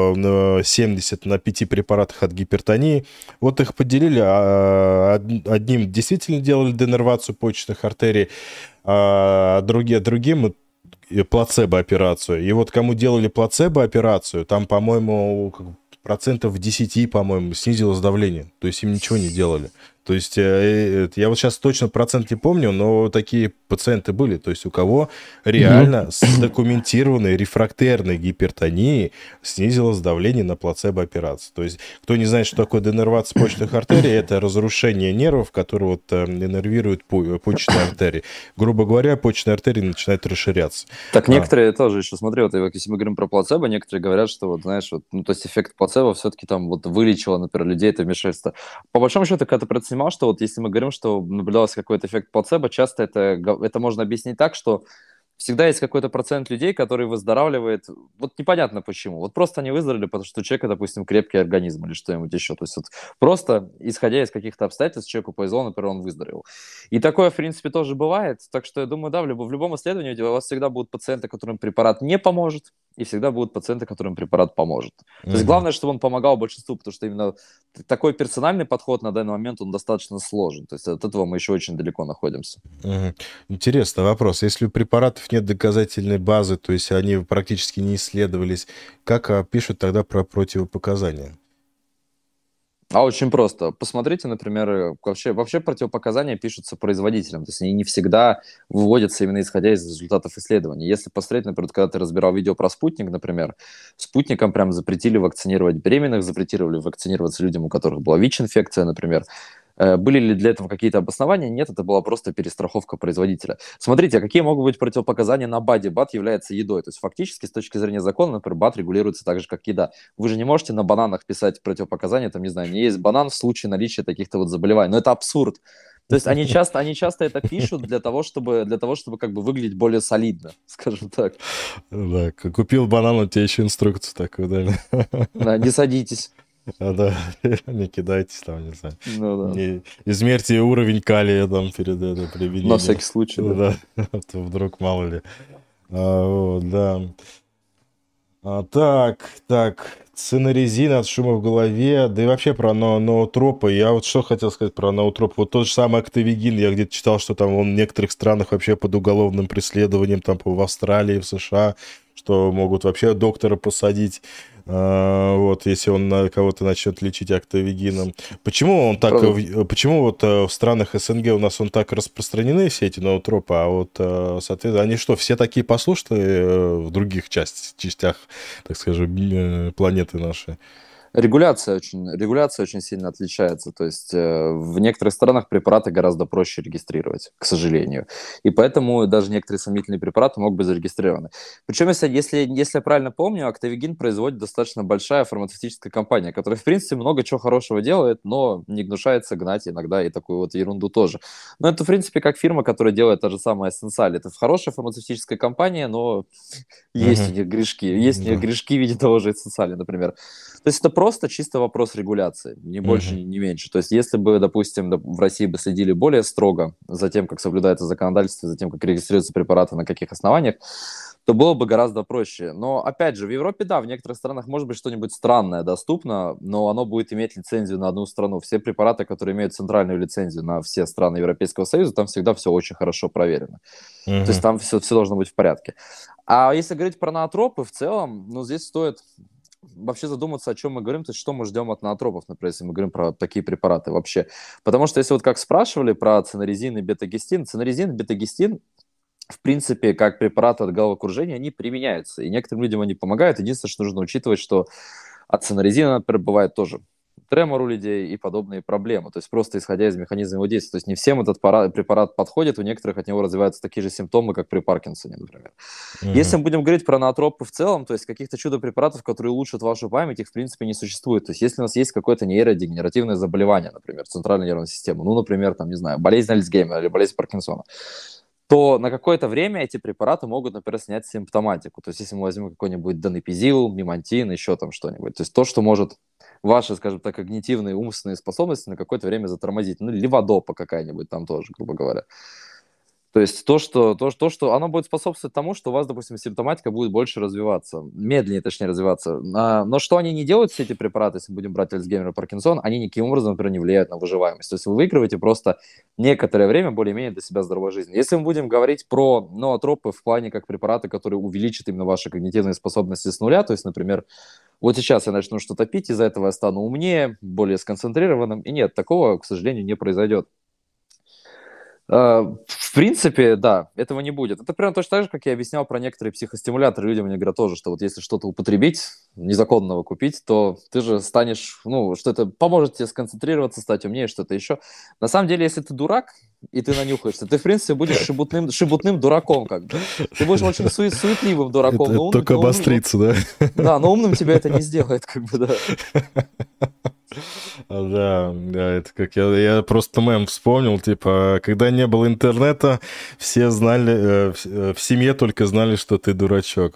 170 на 5 препаратах от гипертонии. Вот их поделили, одним действительно делали денервацию почечных артерий, другим плацебо-операцию. И вот кому делали плацебо-операцию, там, по-моему, процентов в 10, по-моему, снизилось давление. То есть им ничего не делали. То есть я вот сейчас точно процент не помню, но такие пациенты были. То есть у кого Мгм. реально с документированной рефрактерной гипертонией снизилось давление на плацебо-операцию. То есть кто не знает, что такое денервация почечных артерий, это разрушение нервов, которые вот иннервируют почечные артерии. Грубо говоря, почечные артерии начинают расширяться. Так А, некоторые тоже еще, смотри, вот если мы говорим про плацебо, некоторые говорят, что вот, знаешь, вот, ну, то есть эффект плацебо все-таки там вот вылечило, например, людей это вмешательство. По большому счету, когда ты предснимал, что вот если мы говорим, что наблюдался какой-то эффект плацебо, часто это можно объяснить так, что всегда есть какой-то процент людей, который выздоравливает, вот непонятно почему. Вот просто они выздоровели, потому что у человека, допустим, крепкий организм или что-нибудь еще. То есть вот просто исходя из каких-то обстоятельств, человеку повезло, например, он выздоровел. И такое, в принципе, тоже бывает. Так что я думаю, да, в любом исследовании у вас всегда будут пациенты, которым препарат не поможет, и всегда будут пациенты, которым препарат поможет. То есть мгм. главное, чтобы он помогал большинству, потому что именно такой персональный подход на данный момент, он достаточно сложен. То есть от этого мы еще очень далеко находимся. Мгм. Интересный вопрос. Если у препаратов нет доказательной базы, то есть они практически не исследовались, как пишут тогда про противопоказания? А очень просто. Посмотрите, например, вообще противопоказания пишутся производителем, то есть они не всегда выводятся именно исходя из результатов исследований. Если посмотреть, например, когда ты разбирал видео про спутник, например, спутником прям запретили вакцинировать беременных, запретировали вакцинироваться людям, у которых была ВИЧ-инфекция, например. Были ли для этого какие-то обоснования? Нет, это была просто перестраховка производителя. Смотрите, а какие могут быть противопоказания на БАДе? БАД является едой. То есть фактически, с точки зрения закона, например, БАД регулируется так же, как еда. Вы же не можете на бананах писать противопоказания, там, не знаю, не есть банан в случае наличия таких-то вот заболеваний. Но это абсурд. То есть они часто это пишут для того, чтобы как бы выглядеть более солидно, скажем так. Да, купил банан, у тебя еще инструкцию такую дали. Да, не садитесь. Да, не кидайтесь там, не знаю. Ну да. Измерьте уровень калия там перед На применением. всякий случай, да. Да, а то вдруг мало ли. Вот, да. Так, цинорезин от шума в голове, да и вообще про ноотропы. Я вот что хотел сказать про ноотропы. Вот тот же самый актовигин, я где-то читал, что там он в некоторых странах вообще под уголовным преследованием, там в Австралии, в США, что могут вообще доктора посадить, вот, если он кого-то начнет лечить актовигином. Почему он так, Правда. почему вот в странах СНГ у нас он так распространены, все эти ноотропы, а вот, соответственно, они что, все такие послушные в других частях, так скажем, планеты нашей? Регуляция очень сильно отличается. То есть в некоторых странах препараты гораздо проще регистрировать, к сожалению. И поэтому даже некоторые сомнительные препараты могут быть зарегистрированы. Причем, если я правильно помню, Актовигин производит достаточно большая фармацевтическая компания, которая, в принципе, много чего хорошего делает, но не гнушается гнать иногда и такую вот ерунду тоже. Но это, в принципе, как фирма, которая делает та же самая Сенсаль. Это хорошая фармацевтическая компания, но есть у Мгм. них грешки. Есть у них Да. грешки в виде того же Сенсаля, например. То есть это просто чисто вопрос регуляции, ни больше, Мгм. ни меньше. То есть если бы, допустим, в России бы следили более строго за тем, как соблюдается законодательство, за тем, как регистрируются препараты, на каких основаниях, то было бы гораздо проще. Но, опять же, в Европе, да, в некоторых странах может быть что-нибудь странное доступно, но оно будет иметь лицензию на одну страну. Все препараты, которые имеют центральную лицензию на все страны Европейского Союза, там всегда все очень хорошо проверено. То есть Мгм. там все должно быть в порядке. А если говорить про ноотропы в целом, ну, здесь стоит вообще задуматься, о чем мы говорим, то есть что мы ждем от ноотропов, например, если мы говорим про такие препараты вообще. Потому что если вот как спрашивали про цинорезин и бета-гистин, цинорезин и бета-гистин, в принципе, как препараты от головокружения, они применяются, и некоторым людям они помогают. Единственное, что нужно учитывать, что от цинорезина, например, бывает тоже тремор у людей и подобные проблемы. То есть просто исходя из механизма его действия. То есть не всем этот препарат подходит, у некоторых от него развиваются такие же симптомы, как при Паркинсоне, например. Если Мгм. мы будем говорить про ноотропы в целом, то есть каких-то чудо-препаратов, которые улучшат вашу память, их в принципе не существует. То есть если у нас есть какое-то нейродегенеративное заболевание, например, центральной нервной системы, ну, например, там, не знаю, болезнь Альцгеймера или болезнь Паркинсона, то на какое-то время эти препараты могут, например, снять симптоматику. То есть если мы возьмем какой-нибудь донепизил, мемантин, еще там что-нибудь. То есть то, что может ваши, скажем так, когнитивные, умственные способности на какое-то время затормозить. Ну, леводопа какая-нибудь там тоже, грубо говоря. То есть то, что оно будет способствовать тому, что у вас, допустим, симптоматика будет больше развиваться, медленнее, точнее, развиваться. Но что они не делают, все эти препараты, если мы будем брать Альцгеймер и Паркинсон, они никаким образом, например, не влияют на выживаемость. То есть вы выигрываете просто некоторое время более-менее для себя здоровой жизни. Если мы будем говорить про ноотропы в плане как препараты, которые увеличат именно ваши когнитивные способности с нуля, то есть, например, вот сейчас я начну что-то пить, из-за этого я стану умнее, более сконцентрированным, и нет, такого, к сожалению, не произойдет. В принципе, да, этого не будет. Это примерно точно так же, как я объяснял про некоторые психостимуляторы. Людям мне говорят тоже, что вот если что-то употребить, незаконного купить, то ты же станешь, ну, что это поможет тебе сконцентрироваться, стать умнее, что-то еще. На самом деле, если ты дурак, и ты нанюхаешься, ты, в принципе, будешь шебутным дураком, как бы. Ты будешь очень суетливым дураком, Это только обострится, да? да, но умным тебя это не сделает, как бы, да. Да, это как я просто мем вспомнил, типа, когда не было интернета, все знали, в семье только знали, что ты дурачок.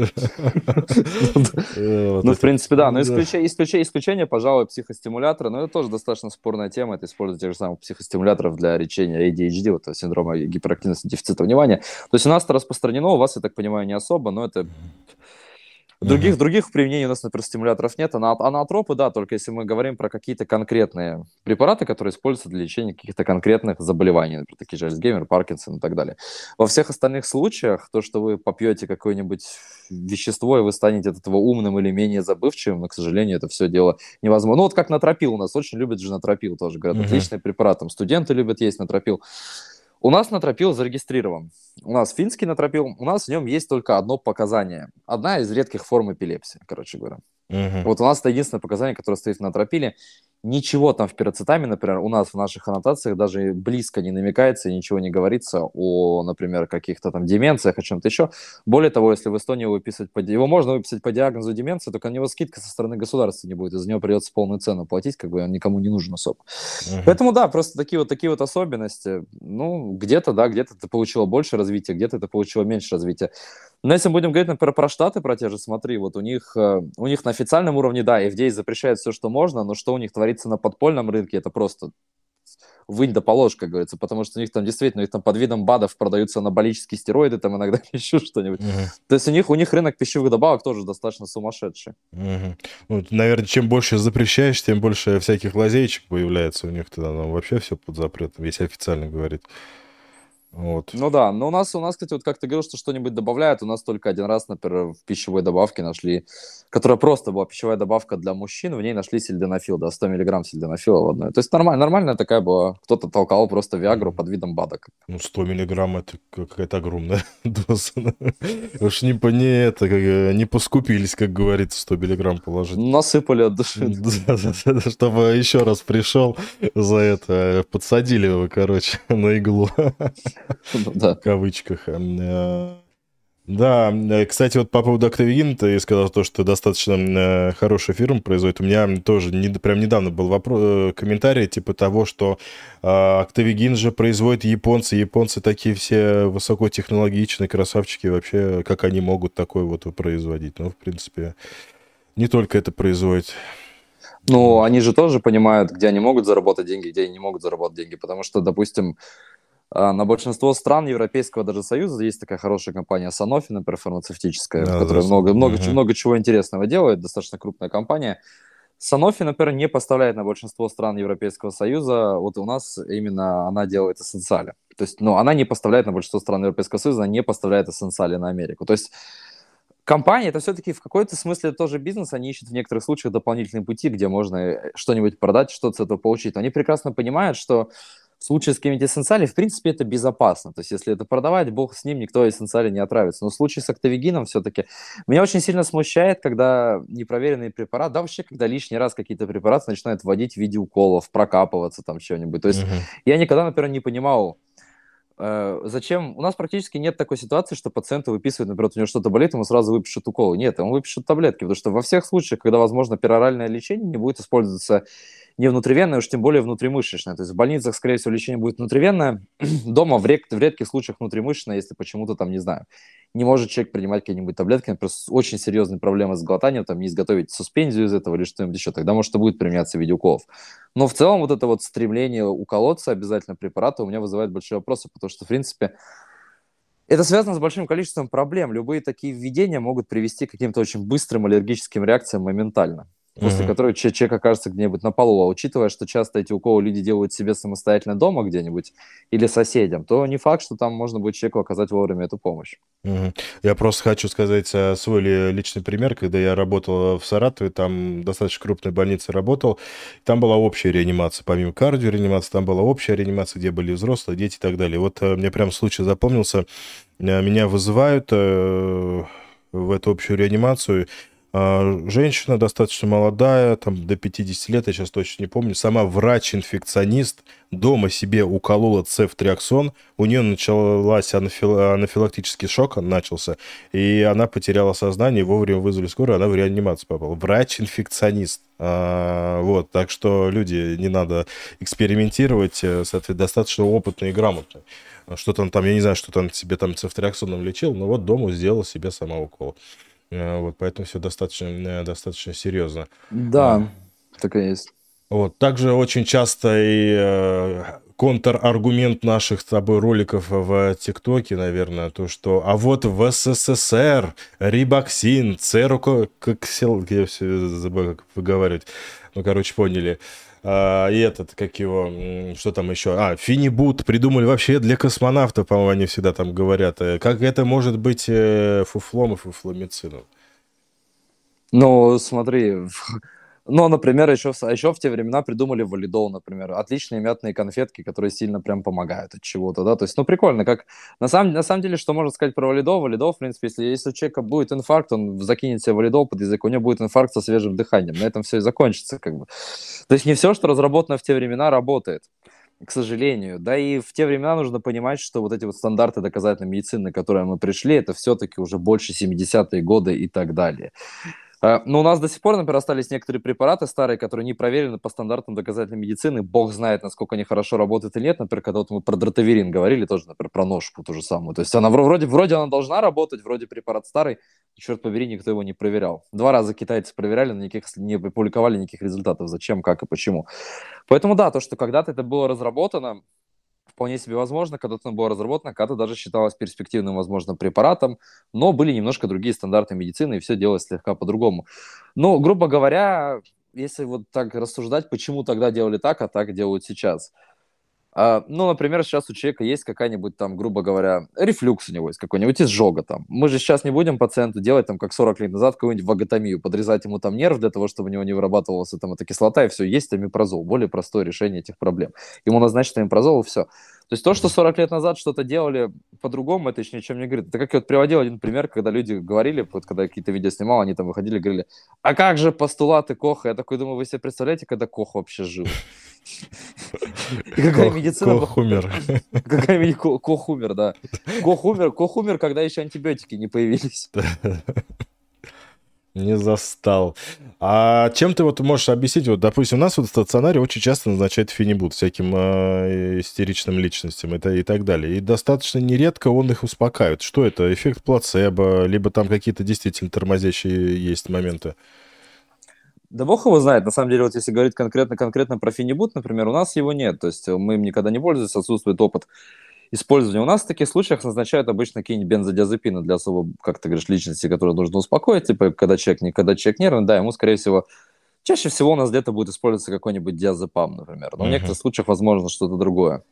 Вот Ну, в эти, принципе, да. Но да. исключение, пожалуй, психостимуляторы. Но это тоже достаточно спорная тема. Это использование тех же самых психостимуляторов для лечения ADHD, вот синдрома гиперактивности дефицита внимания. То есть у нас это распространено, у вас, я так понимаю, не особо, но это Мгм. других применений у нас, например, стимуляторов нет. Анаотропы, да, только если мы говорим про какие-то конкретные препараты, которые используются для лечения каких-то конкретных заболеваний, например, такие же Альцгеймер, Паркинсон и так далее. Во всех остальных случаях, то, что вы попьете какое-нибудь вещество, и вы станете от этого умным или менее забывчивым, но, к сожалению, это все дело невозможно. Ну, вот как натропил у нас, очень любят же натропил тоже, говорят, Мгм. отличный препарат, там студенты любят есть натропил. У нас натропил зарегистрирован. У нас финский натропил. У нас в нем есть только одно показание. Одна из редких форм эпилепсии, короче говоря. Мгм. Вот у нас это единственное показание, которое стоит на натропиле. Ничего там в пироцетаме, например, у нас в наших аннотациях даже близко не намекается и ничего не говорится о, например, каких-то там деменциях, о чем-то еще. Более того, если в Эстонии его можно выписать по диагнозу деменции, только на него скидка со стороны государства не будет, из-за него придется полную цену платить, как бы он никому не нужен особо. Мгм. Поэтому да, просто такие вот особенности. Ну, где-то, да, где-то ты получила больше развития, где-то ты получила меньше развития. Но если мы будем говорить, например, про Штаты, про те же, смотри, вот у них на официальном уровне, да, FDA запрещает все, что можно, но что у них творится на подпольном рынке, это просто вынь да положь, как говорится, потому что у них там действительно, у них там под видом БАДов продаются анаболические стероиды, там иногда еще что-нибудь. Мгм. То есть у них рынок пищевых добавок тоже достаточно сумасшедший. Мгм. Ну, наверное, чем больше запрещаешь, тем больше всяких лазеечек появляется у них тогда. Ну, вообще все под запретом, если официально говорить. Вот. Ну да, но у нас, кстати, вот как ты говорил, что что-нибудь добавляют, у нас только один раз, например, в пищевой добавке нашли, которая просто была пищевая добавка для мужчин, в ней нашли сильденафил, да, 100 миллиграмм сильденафила в одной. То есть нормальная такая была, кто-то толкал просто Виагру под видом БАДа. Ну, 100 миллиграмм это какая-то огромная доза. Уж не это, не поскупились, как говорится, 100 миллиграмм положить. Насыпали от души. Да, чтобы еще раз пришел за это, подсадили его, короче, на иглу, Ну да. в кавычках. Да, кстати, вот по поводу Activigin, ты сказал то, что достаточно хорошая фирма производит. У меня тоже прям недавно был комментарий типа того, что Activigin же производят японцы. Японцы такие все высокотехнологичные красавчики. Вообще, как они могут такое вот производить? Ну, в принципе, не только это производит. Ну, они же тоже понимают, где они могут заработать деньги, где они не могут заработать деньги, потому что, допустим, на большинство стран Европейского даже Союза есть такая хорошая компания Sanofi, например, фармацевтическая, Да, которая да. много чего интересного делает, достаточно крупная компания. Sanofi, например, не поставляет на большинство стран Европейского Союза. Вот у нас именно она делает эссенциали. То есть, ну, она не поставляет на большинство стран Европейского Союза, она не поставляет эссенциали на Америку. То есть компания это все-таки в какой-то смысле тоже бизнес, они ищут в некоторых случаях дополнительные пути, где можно что-нибудь продать, что-то с этого получить. Но они прекрасно понимают, что в случае с какими-то эссенциалями, в принципе, это безопасно. То есть, если это продавать, бог с ним, никто эссенциали не отравится. Но в случае с актовигином все-таки меня очень сильно смущает, когда непроверенные препараты, да вообще, когда лишний раз какие-то препараты начинают вводить в виде уколов, прокапываться там что-нибудь. То есть, я никогда, например, не понимал, зачем? У нас практически нет такой ситуации, что пациенту выписывают, например, у него что-то болит, ему сразу выпишут уколы. Нет, ему выпишут таблетки, потому что во всех случаях, когда возможно пероральное лечение, не будет использоваться не внутривенное, уж тем более внутримышечное. То есть в больницах, скорее всего, лечение будет внутривенное, дома в редких случаях внутримышечное, если почему-то там, не знаю, не может человек принимать какие-нибудь таблетки, например, очень серьезные проблемы с глотанием, там не изготовить суспензию из этого или что-нибудь еще, тогда, может, и будет применяться в виде уколов. Но в целом вот это вот стремление уколоться обязательно препарата у меня вызывает большие вопросы, потому что, в принципе, это связано с большим количеством проблем. Любые такие введения могут привести к каким-то очень быстрым аллергическим реакциям моментально, после Мгм. которой человек окажется где-нибудь на полу. А учитывая, что часто эти уколы люди делают себе самостоятельно дома где-нибудь или соседям, то не факт, что там можно будет человеку оказать вовремя эту помощь. Мгм. Я просто хочу сказать свой личный пример, когда я работал в Саратове, там достаточно крупной больнице работал, там была общая реанимация, помимо кардиореанимации, там была общая реанимация, где были взрослые, дети и так далее. Вот мне прям случай запомнился, меня вызывают в эту общую реанимацию, женщина достаточно молодая, там до 50 лет, я сейчас точно не помню, сама врач-инфекционист, дома себе уколола цефтриаксон, у нее началась анафилактический шок, он начался, и она потеряла сознание, вовремя вызвали скорую, она в реанимацию попала. Врач-инфекционист. Вот, так что люди, не надо экспериментировать, соответственно, достаточно опытные и грамотные. Что-то он там, я не знаю, что-то он себе там цефтриаксоном лечил, но вот дома сделал себе сама укол. Вот, поэтому все достаточно серьезно. Да, так и есть. Вот. Также очень часто и контраргумент наших с тобой роликов в ТикТоке, наверное, то, что а вот в СССР рибоксин, церококсил, я все забыл, как выговаривать, ну, короче, поняли. И этот, как его, что там еще? Фенибут придумали вообще для космонавтов, по-моему, они всегда там говорят. Как это может быть фуфлом и фуфломицином? Ну, смотри, ну, например, еще в те времена придумали валидол, например. Отличные мятные конфетки, которые сильно прям помогают от чего-то, да. То есть, ну, прикольно, как... На самом деле, что можно сказать про валидол? Валидол, в принципе, если у человека будет инфаркт, он закинет себе валидол под язык, у него будет инфаркт со свежим дыханием. На этом все и закончится, как бы. То есть не все, что разработано в те времена, работает. К сожалению. Да и в те времена нужно понимать, что вот эти вот стандарты доказательной медицины, на которые мы пришли, это все-таки уже больше 70-е годы и так далее. Но у нас до сих пор, например, остались некоторые препараты старые, которые не проверены по стандартам доказательной медицины. Бог знает, насколько они хорошо работают или нет. Например, когда вот мы про дротаверин говорили, тоже, например, про ножку ту же самую. То есть она вроде она должна работать, вроде препарат старый, черт побери, никто его не проверял. 2 раза китайцы проверяли, но не публиковали никаких результатов. Зачем, как и почему. Поэтому да, то, что когда-то это было разработано, вполне себе возможно, когда-то оно было разработано, когда-то даже считалось перспективным, возможно, препаратом, но были немножко другие стандарты медицины, и все делалось слегка по-другому. Ну, грубо говоря, если вот так рассуждать, почему тогда делали так, а так делают сейчас? Ну, например, сейчас у человека есть какая-нибудь там, грубо говоря, рефлюкс у него есть какой-нибудь, изжога там. Мы же сейчас не будем пациенту делать там, как 40 лет назад, какую-нибудь ваготомию, подрезать ему там нерв для того, чтобы у него не вырабатывалась там эта кислота, и все, есть омепразол. Более простое решение этих проблем. Ему назначат омепразол, и все. То есть то, что 40 лет назад что-то делали по-другому, это еще ни о чем не говорит. Это как я вот приводил один пример, когда люди говорили, вот когда я какие-то видео снимал, они там выходили и говорили, а как же постулаты Коха? Я такой думаю, вы себе представляете, когда Кох вообще жил? И какая медицина... Кох умер. Кох умер, да. Кох умер, когда еще антибиотики не появились. Не застал. А чем ты вот можешь объяснить? Вот, допустим, у нас вот в стационаре очень часто назначают фенибут всяким истеричным личностям и так далее. И достаточно нередко он их успокаивает. Что это? Эффект плацебо? Либо там какие-то действительно тормозящие есть моменты? Да бог его знает. На самом деле, вот если говорить конкретно про фенибут, например, у нас его нет. То есть мы им никогда не пользуемся, отсутствует опыт использования. У нас в таких случаях назначают обычно какие-нибудь бензодиазепины для особо, как ты говоришь, личности, которые нужно успокоить. Типа, когда человек нервный, да, ему, скорее всего, чаще всего у нас где-то будет использоваться какой-нибудь диазепам, например. Но в некоторых случаях, возможно, что-то другое.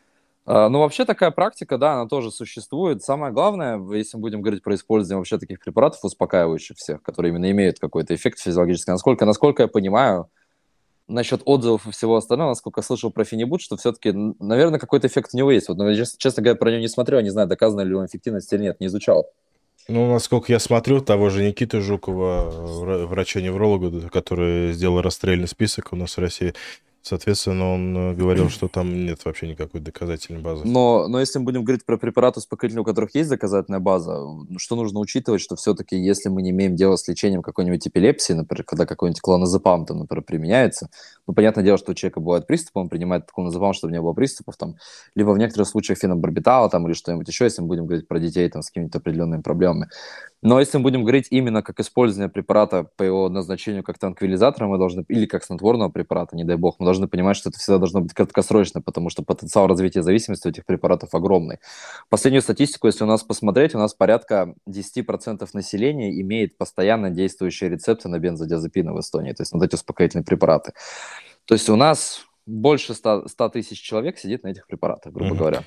Ну, вообще такая практика, да, она тоже существует. Самое главное, если мы будем говорить про использование вообще таких препаратов, успокаивающих всех, которые именно имеют какой-то эффект физиологический, насколько я понимаю, насчет отзывов и всего остального, насколько я слышал про фенибут, что все-таки, наверное, какой-то эффект у него есть. Вот, но я, честно говоря, про него не смотрю, не знаю, доказана ли его эффективность или нет, не изучал. Ну, насколько я смотрю, того же Никиты Жукова, врача-невролога, который сделал расстрельный список у нас в России, соответственно, он говорил, что там нет вообще никакой доказательной базы. Но если мы будем говорить про препараты успокоительные, у которых есть доказательная база, что нужно учитывать, что все-таки, если мы не имеем дела с лечением какой-нибудь эпилепсии, например, когда какой-нибудь клоназепам, там, например, применяется, ну, понятное дело, что у человека бывает приступ, он принимает клоназепам, чтобы не было приступов, там, либо в некоторых случаях фенобарбитала, там, или что-нибудь еще, если мы будем говорить про детей, там, с какими-то определенными проблемами. Но если мы будем говорить именно как использование препарата по его назначению как транквилизатора, мы должны, или как снотворного препарата, не дай бог, мы должны понимать, что это всегда должно быть краткосрочно, потому что потенциал развития зависимости у этих препаратов огромный. Последнюю статистику, если у нас посмотреть, у нас порядка 10% населения имеет постоянно действующие рецепты на бензодиазепины в Эстонии, то есть вот эти успокоительные препараты. То есть у нас больше 100 тысяч человек сидит на этих препаратах, грубо говоря,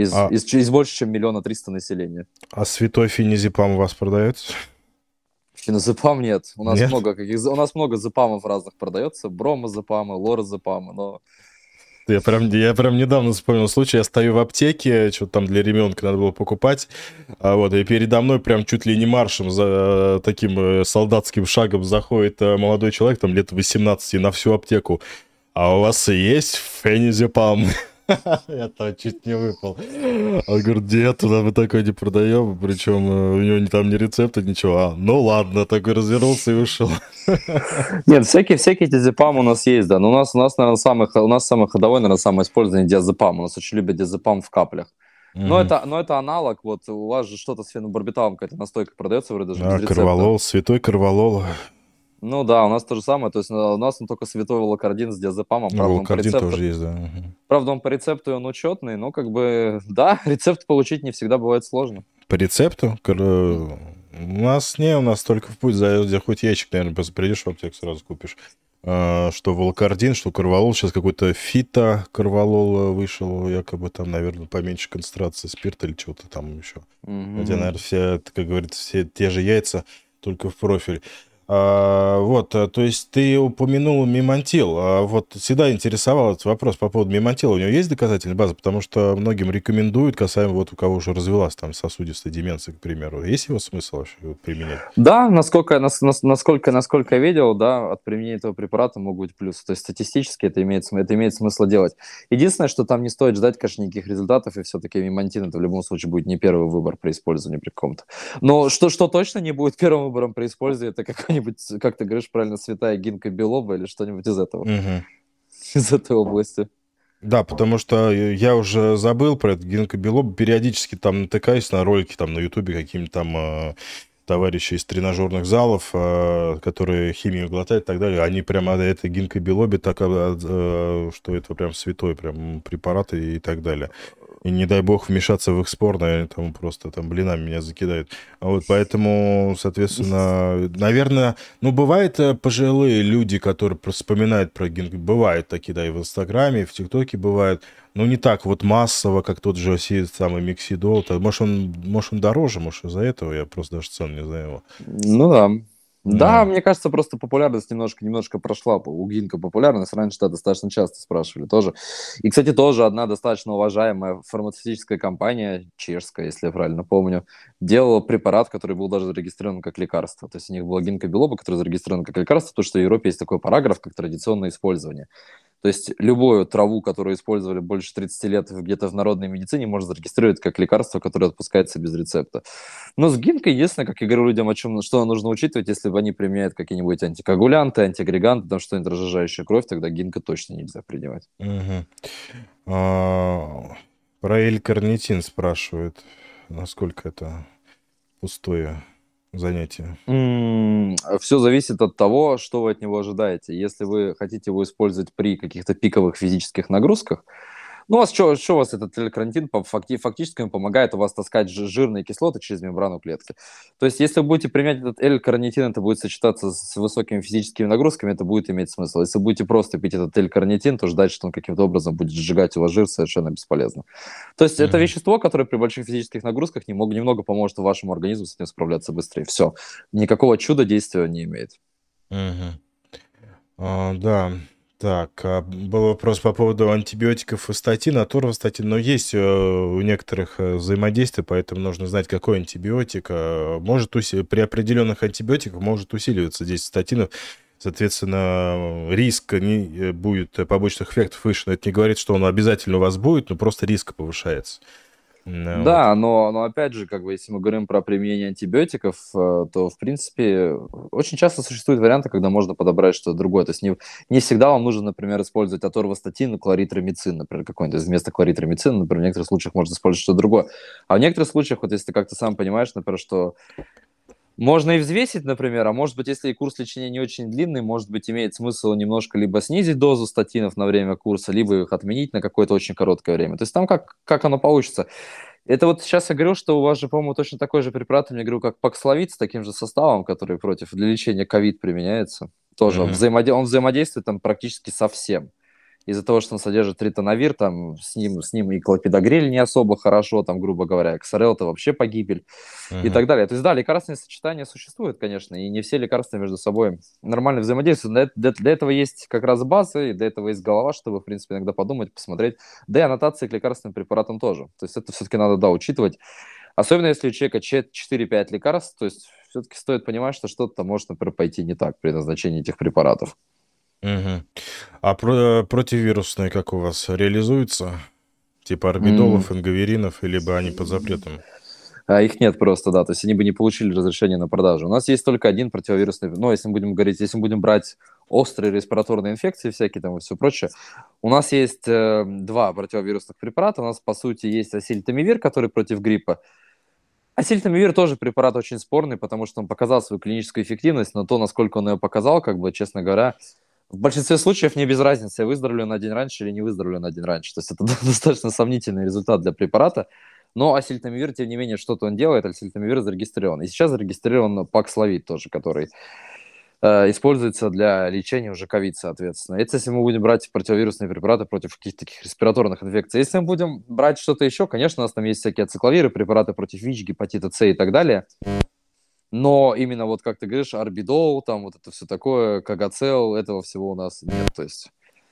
из больше, чем 1 300 000 населения. А святой феназепам у вас продается? Феназепам нет. У нас Нет? у нас много зепамов разных продается. Бромозепамы, лоразепамы, но... Я прям недавно вспомнил случай, я стою в аптеке, что-то там для ребенка надо было покупать, и передо мной прям чуть ли не маршем, за таким солдатским шагом заходит молодой человек, там лет 18, на всю аптеку. А у вас есть феназепам? Я там чуть не выпал. Он говорит, нет, туда мы такой не продаем, причем у него там ни рецепта, ничего. Ну ладно, такой развернулся и ушел. Нет, всякие эти зепамы у нас есть, да. Но наверное, самый ходовой, наверное, самое использование диазепам. У нас очень любят диазепам в каплях. Но это аналог, вот у вас же что-то с фенобарбиталом, какая-то настойка продается вроде даже без рецепта. Корвалол, святой корвалол. Ну да, у нас то же самое, то есть у нас он только святой волокордин с диазепамом. Волокордин тоже есть, да. Правда, он по рецепту он учетный, но да, рецепт получить не всегда бывает сложно. По рецепту? У нас только в путь за хоть ящик, наверное, просто придешь в аптеку, сразу купишь. Что волокордин, что корвалол. Сейчас какой-то фито-корвалол вышел, якобы там, наверное, поменьше концентрации спирта или чего-то там еще. Хотя, наверное, все, как говорится, все те же яйца, только в профиль. То есть ты упомянул мемантил. Вот всегда интересовал этот вопрос по поводу мемантила. У него есть доказательная база? Потому что многим рекомендуют, касаемо вот у кого уже развилась там сосудистая деменция, к примеру. Есть его смысл вообще применять? Да, насколько я видел, да, от применения этого препарата могут быть плюсы. То есть статистически это имеет смысл делать. Единственное, что там не стоит ждать, конечно, никаких результатов, и все-таки мемантин это в любом случае будет не первый выбор при использовании при каком-то. Но что точно не будет первым выбором при использовании, это какой-нибудь какая-нибудь, как ты говоришь правильно, святая гинка белоба или что-нибудь из этого, Мгм. из этой области. Да, потому что я уже забыл про это гинкобелоба, периодически там натыкаюсь на ролики там на Ютубе какие-нибудь там товарищи из тренажерных залов, которые химию глотают и так далее, они прямо это гинкобелобе так, что это прям святой прям препарат и так далее. И не дай бог вмешаться в их спор, наверное, там просто там блинами меня закидают. Вот поэтому, соответственно, наверное, ну, бывает пожилые люди, которые вспоминают про гинкобелоб, бывают такие, да, и в Инстаграме, и в ТикТоке бывают, но не так вот массово, как тот же самый Миксидол. Может, он дороже, может, из-за этого, я просто даже цену не знаю его. Ну да. Да, Ну, мне кажется, просто популярность немножко прошла. У Гинка популярность. Раньше да, достаточно часто спрашивали тоже. И, кстати, тоже одна достаточно уважаемая фармацевтическая компания, чешская, если я правильно помню, делала препарат, который был даже зарегистрирован как лекарство. То есть у них была гинка белоба, который зарегистрирован как лекарство, потому что в Европе есть такой параграф, как традиционное использование. То есть любую траву, которую использовали больше 30 лет где-то в народной медицине, можно зарегистрировать как лекарство, которое отпускается без рецепта. Но с гинкой единственное, как я говорю людям, что нужно учитывать, если они применяют какие-нибудь антикоагулянты, антиагреганты, там что-нибудь разжижающее кровь, тогда гинка точно нельзя принимать. мгм. Про L-карнитин спрашивают, насколько это пустое занятие. Все зависит от того, что вы от него ожидаете. Если вы хотите его использовать при каких-то пиковых физических нагрузках, ну, что у вас этот L-карнитин фактически он помогает у вас таскать жирные кислоты через мембрану клетки. То есть, если вы будете применять этот L-карнитин, это будет сочетаться с высокими физическими нагрузками, это будет иметь смысл. Если будете просто пить этот L-карнитин, то ждать, что он каким-то образом будет сжигать у вас жир, совершенно бесполезно. То есть, это Мгм. вещество, которое при больших физических нагрузках немного поможет вашему организму с этим справляться быстрее. Все. Никакого чуда действия не имеет. Мгм. Да, так, был вопрос по поводу антибиотиков и статина, аторвастатин, но есть у некоторых взаимодействие, поэтому нужно знать, какой антибиотик. При определенных антибиотиках может усиливаться действие статинов, соответственно, риск будет побочных эффектов выше, но это не говорит, что он обязательно у вас будет, но просто риск повышается. Вот. Да, но опять же, как бы, если мы говорим про применение антибиотиков, то, в принципе, очень часто существуют варианты, когда можно подобрать что-то другое. То есть не всегда вам нужно, например, использовать аторвастатин и кларитромицин, например, какой-нибудь вместо кларитромицина, например, в некоторых случаях можно использовать что-то другое. А в некоторых случаях, вот если ты как-то сам понимаешь, например, что можно и взвесить, например, а может быть, если курс лечения не очень длинный, может быть, имеет смысл немножко либо снизить дозу статинов на время курса, либо их отменить на какое-то очень короткое время. То есть там как оно получится. Это вот сейчас я говорю, что у вас же, по-моему, точно такой же препарат, я говорю, как Паксловид с таким же составом, который против для лечения ковид применяется. Тоже Мгм. он взаимодействует там практически со всем. Из-за того, что он содержит ритонавир, там с ним и клопидогрель не особо хорошо, там, грубо говоря, XRL это вообще погибель и Мгм. так далее. То есть, да, лекарственные сочетания существуют, конечно, и не все лекарства между собой нормально взаимодействуют. Для этого есть как раз базы, и для этого есть голова, чтобы, в принципе, иногда подумать, посмотреть. Да и аннотации к лекарственным препаратам тоже. То есть это все-таки надо, да, учитывать. Особенно если у человека 4-5 лекарств, то есть все-таки стоит понимать, что что-то может, например, пойти не так при назначении этих препаратов. Мгм. Противовирусные как у вас реализуются? Типа М, орбидолов, ингаверинов, либо они под запретом? А их нет просто, да, то есть они бы не получили разрешение на продажу. У нас есть только один противовирусный, ну, если мы будем брать острые респираторные инфекции всякие там и все прочее, у нас есть два противовирусных препарата. У нас, по сути, есть осильтамивир, который против гриппа. Осильтамивир тоже препарат очень спорный, потому что он показал свою клиническую эффективность, но то, насколько он ее показал, как бы, честно говоря, в большинстве случаев мне без разницы, я выздоровлю на день раньше или не выздоровлю на день раньше. То есть это достаточно сомнительный результат для препарата. Но осильтамивир, тем не менее, что-то он делает, осильтамивир зарегистрирован. И сейчас зарегистрирован Паксловид тоже, который используется для лечения уже ковид, соответственно. Это если мы будем брать противовирусные препараты против каких-то таких респираторных инфекций. Если мы будем брать что-то еще, конечно, у нас там есть всякие ацикловиры, препараты против ВИЧ, гепатита С и так далее. Но именно вот, как ты говоришь, орбидол, там вот это все такое, кагацел, этого всего у нас нет. То есть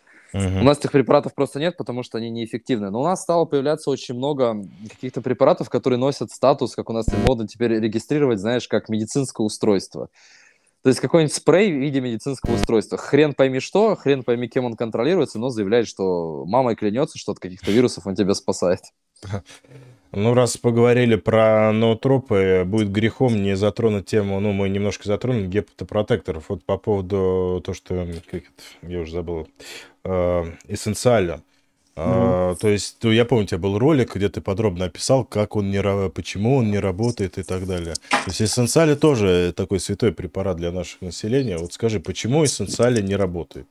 у Мгм. нас этих препаратов просто нет, потому что они неэффективны. Но у нас стало появляться очень много каких-то препаратов, которые носят статус, как у нас модно теперь регистрировать, знаешь, как медицинское устройство. То есть какой-нибудь спрей в виде медицинского устройства. Хрен пойми что, хрен пойми кем он контролируется, но заявляет, что мамой клянется, что от каких-то вирусов он тебя спасает. Ну, раз поговорили про ноотропы, будет грехом не затронуть тему, ну, мы немножко затронули гепатопротекторов. Вот по поводу то, что, как это, я уже забыл, эссенциально. Мгм. То есть, ну, я помню, у тебя был ролик, где ты подробно описал, как он почему он не работает и так далее. То есть, эссенциали тоже такой святой препарат для нашего населения. Вот скажи, почему эссенциали не работает?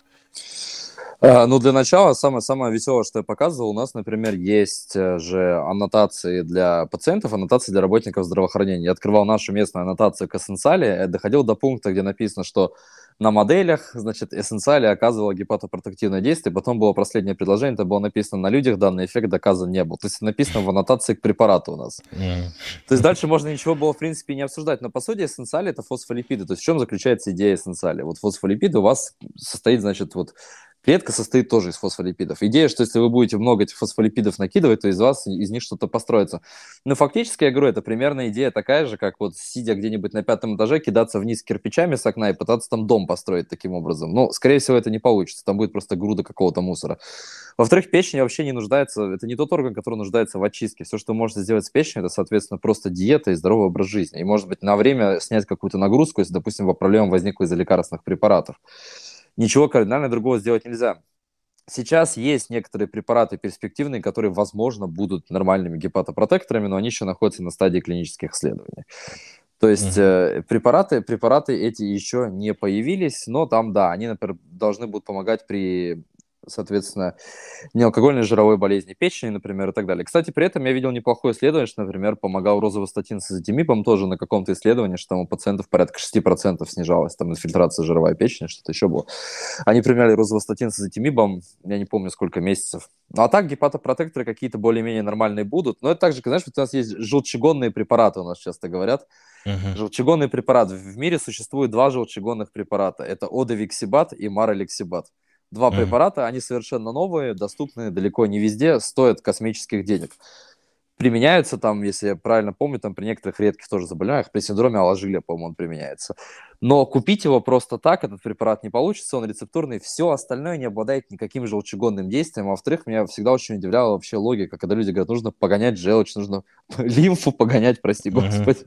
Ну, для начала, самое веселое, что я показывал, у нас, например, есть же аннотации для пациентов, аннотации для работников здравоохранения. Я открывал нашу местную аннотацию к эссенциале, доходил до пункта, где написано, что на моделях, значит, эссенциале оказывало гепатопротективное действие, потом было последнее предложение, это было написано на людях, данный эффект доказан не был. То есть написано в аннотации к препарату у нас. М. То есть дальше можно ничего было, в принципе, не обсуждать. Но, по сути, эссенциали – это фосфолипиды. То есть в чем заключается идея эссенциали? Вот фосфолипиды у вас состоит, значит, вот клетка состоит тоже из фосфолипидов. Идея, что если вы будете много этих фосфолипидов накидывать, то из них что-то построится. Но фактически, я говорю, это примерно идея такая же, как вот сидя где-нибудь на 5-м этаже, кидаться вниз кирпичами с окна и пытаться там дом построить таким образом. Но, скорее всего, это не получится. Там будет просто груда какого-то мусора. Во-вторых, печень вообще не нуждается, это не тот орган, который нуждается в очистке. Все, что можно сделать с печенью, это, соответственно, просто диета и здоровый образ жизни. И, может быть, на время снять какую-то нагрузку, если, допустим, проблема возникла из-за лекарственных препаратов. Ничего кардинально другого сделать нельзя. Сейчас есть некоторые препараты перспективные, которые, возможно, будут нормальными гепатопротекторами, но они еще находятся на стадии клинических исследований. То есть Мгм. препараты эти еще не появились, но там, да, они, например, должны будут помогать при, соответственно, неалкогольной жировой болезни печени, например, и так далее. Кстати, при этом я видел неплохое исследование, что, например, помогал розовостатин с изотимибом тоже на каком-то исследовании, что там у пациентов порядка 6% снижалась там инфильтрация жировой печени, что-то еще было. Они применяли розовостатин с изотимибом, я не помню сколько месяцев. Ну а так гепатопротекторы какие-то более-менее нормальные будут. Но это также, знаешь, вот у нас есть желчегонные препараты, у нас часто говорят. Мгм. Желчегонный препарат. В мире существует два желчегонных препарата. Это одовиксибат и мараликсибат. Два Мгм. препарата, они совершенно новые, доступны далеко не везде, стоят космических денег. Применяются там, если я правильно помню, там при некоторых редких тоже заболеваниях, при синдроме Аложиля, по-моему, он применяется. Но купить его просто так, этот препарат не получится, он рецептурный, все остальное не обладает никаким желчегонным действием. А во-вторых, меня всегда очень удивляла вообще логика, когда люди говорят, нужно погонять желчь, нужно лимфу погонять, прости Мгм. господи.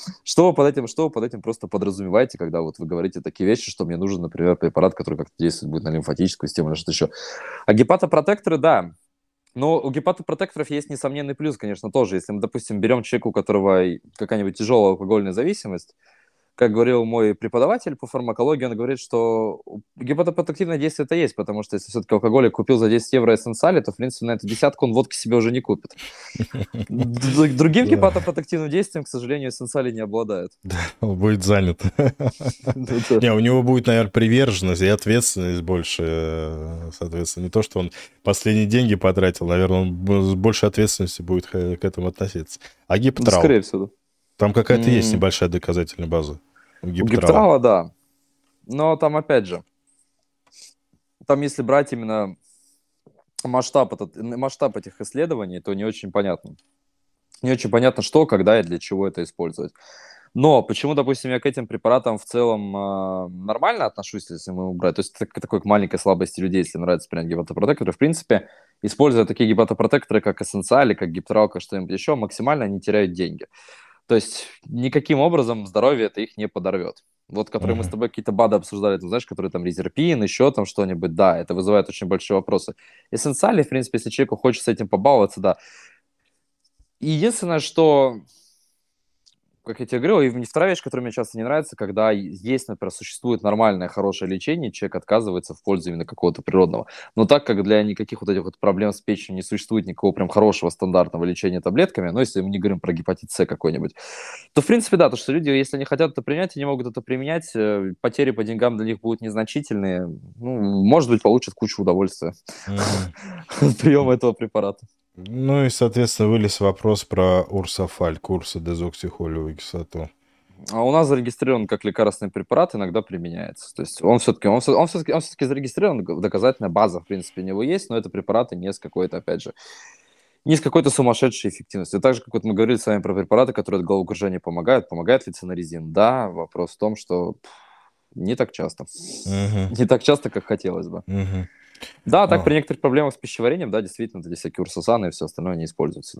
Что вы под этим просто подразумеваете, когда вот вы говорите такие вещи, что мне нужен, например, препарат, который как-то действует будет на лимфатическую систему или что-то еще. А гепатопротекторы, да, но у гепатопротекторов есть несомненный плюс, конечно, тоже. Если мы, допустим, берем человека, у которого какая-нибудь тяжелая алкогольная зависимость, как говорил мой преподаватель по фармакологии, он говорит, что гепатопротективное действие это есть, потому что если все-таки алкоголик купил за 10 евро эссенциали, то, в принципе, на эту десятку он водки себе уже не купит. Другим Да. гепатопротективным действием, к сожалению, эссенциали не обладают. Он будет занят. Да-да. Не, у него будет, наверное, приверженность и ответственность больше, соответственно. Не то, что он последние деньги потратил, наверное, он с большей ответственностью будет к этому относиться. А Да, гиптрал? скорее всего. Там какая-то есть М, небольшая доказательная база у У гиптрала. гептрала, да. Но там, опять же, там, если брать именно масштаб этих исследований, то не очень понятно. Не очень понятно, что, когда и для чего это использовать. Но почему, допустим, я к этим препаратам в целом нормально отношусь, если мы убрать, то есть это такой к маленькой слабости людей, если нравится принять гепатопротекторы, в принципе, используя такие гепатопротекторы, как эссенциали, как гиптрал, как что-нибудь еще, максимально они теряют деньги. То есть никаким образом здоровье это их не подорвет. Вот, которые мы с Мгм. тобой какие-то БАДы обсуждали, ты знаешь, которые там резерпин, еще там что-нибудь, да, это вызывает очень большие вопросы. Эссенциали, в принципе, если человеку хочется этим побаловаться, да. И единственное, что как я тебе говорил, и вторая вещь, которая мне часто не нравится, когда есть, например, существует нормальное, хорошее лечение, человек отказывается в пользу именно какого-то природного. Но так как для никаких вот этих вот проблем с печенью не существует никакого прям хорошего стандартного лечения таблетками, ну, если мы не говорим про гепатит С какой-нибудь, то, в принципе, да, то, что люди, если они хотят это принять, они могут это применять, потери по деньгам для них будут незначительные, ну, может быть, получат кучу удовольствия Мгм. от приема этого препарата. Ну и, соответственно, вылез вопрос про урсофаль, урсодезоксихолевую кислоту. А у нас зарегистрирован как лекарственный препарат, иногда применяется. То есть он все-таки зарегистрирован, доказательная база, в принципе, у него есть, но это препараты не с какой-то, опять же, не с какой-то сумасшедшей эффективностью. Так же, как вот мы говорили с вами про препараты, которые от головокружения помогают. Помогает ли цинорезин? Да, вопрос в том, что не так часто. Мгм. Не так часто, как хотелось бы. Мгм. Да, так при А. некоторых проблемах с пищеварением, да, действительно, эти всякие урсусаны и все остальное не используются.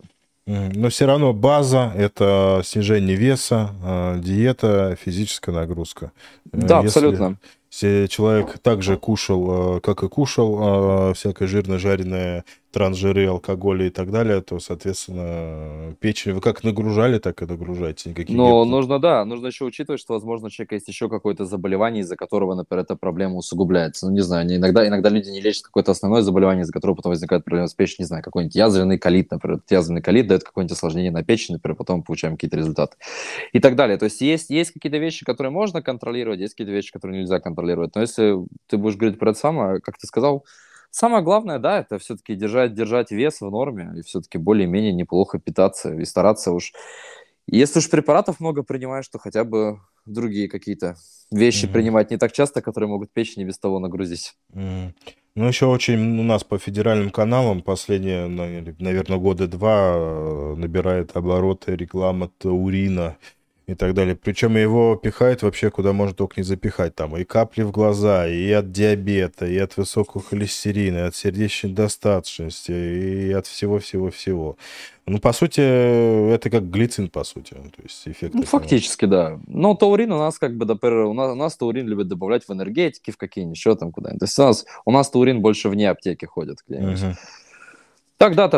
Но все равно база — это снижение веса, диета, физическая нагрузка. Да, Если абсолютно. человек так же кушал, как и кушал, всякое жирное, жареное, трансжиры, алкоголь и так далее, то, соответственно, печень вы как нагружали, так и нагружайте. Никаких Но гипотез. нужно, да, нужно еще учитывать, что, возможно, у человека есть еще какое-то заболевание, из-за которого, например, эта проблема усугубляется. Ну, не знаю, иногда люди не лечат какое-то основное заболевание, из-за которого потом возникает проблема с печенью, не знаю, какой-нибудь язвенный колит, например. Этот язвенный колит дает какое-нибудь осложнение на печень, например, потом мы получаем какие-то результаты и так далее. То есть есть какие-то вещи, которые можно контролировать, есть какие-то вещи, которые нельзя контролировать. Но если ты будешь говорить про это самое, как ты сказал, самое главное, да, это все-таки держать вес в норме и все-таки более-менее неплохо питаться и стараться уж. Если уж препаратов много принимаешь, то хотя бы другие какие-то вещи Мгм. принимать не так часто, которые могут печень и без того нагрузить. Мгм. Ну, еще очень у нас по федеральным каналам последние, наверное, года два набирает обороты реклама таурина и так далее. Причем его пихают вообще куда можно только не запихать. Там и капли в глаза, и от диабета, и от высокого холестерина, и от сердечной недостаточности, и от всего-всего-всего. Ну, по сути, это как глицин, по сути. То есть эффект Ну, от него. фактически, да. Но таурин у нас как бы, например, у нас таурин любят добавлять в энергетики, в какие-нибудь, еще там куда-нибудь. То есть у нас таурин больше вне аптеки ходит где-нибудь. Мгм. Так, да,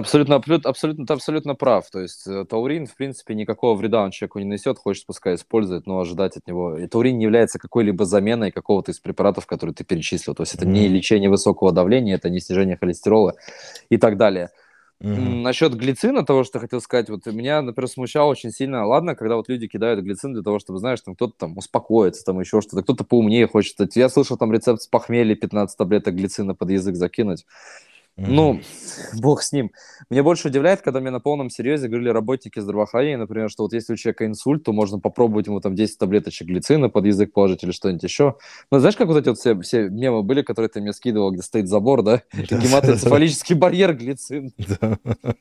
ты абсолютно прав. То есть таурин, в принципе, никакого вреда он человеку не несет, хочет, пускай использует, но ожидать от него. И таурин не является какой-либо заменой какого-то из препаратов, которые ты перечислил. То есть это не Мгм. лечение высокого давления, это не снижение холестерола и так далее. Мгм. Насчет глицина, того, что хотел сказать, вот меня, например, смущало очень сильно, ладно, когда вот люди кидают глицин для того, чтобы, знаешь, там кто-то там успокоится, там еще что-то, кто-то поумнее хочет. Я слышал там рецепт с похмелья 15 таблеток глицина под язык закинуть. Мгм. Ну, бог с ним. Мне больше удивляет, когда мне на полном серьезе говорили работники здравоохранения, например, что вот если у человека инсульт, то можно попробовать ему там 10 таблеточек глицина под язык положить или что-нибудь еще. Ну, знаешь, как вот эти вот все мемы были, которые ты мне скидывал, где стоит забор, да? Да-да-да. Гематоэнцефалический барьер глицин. Да.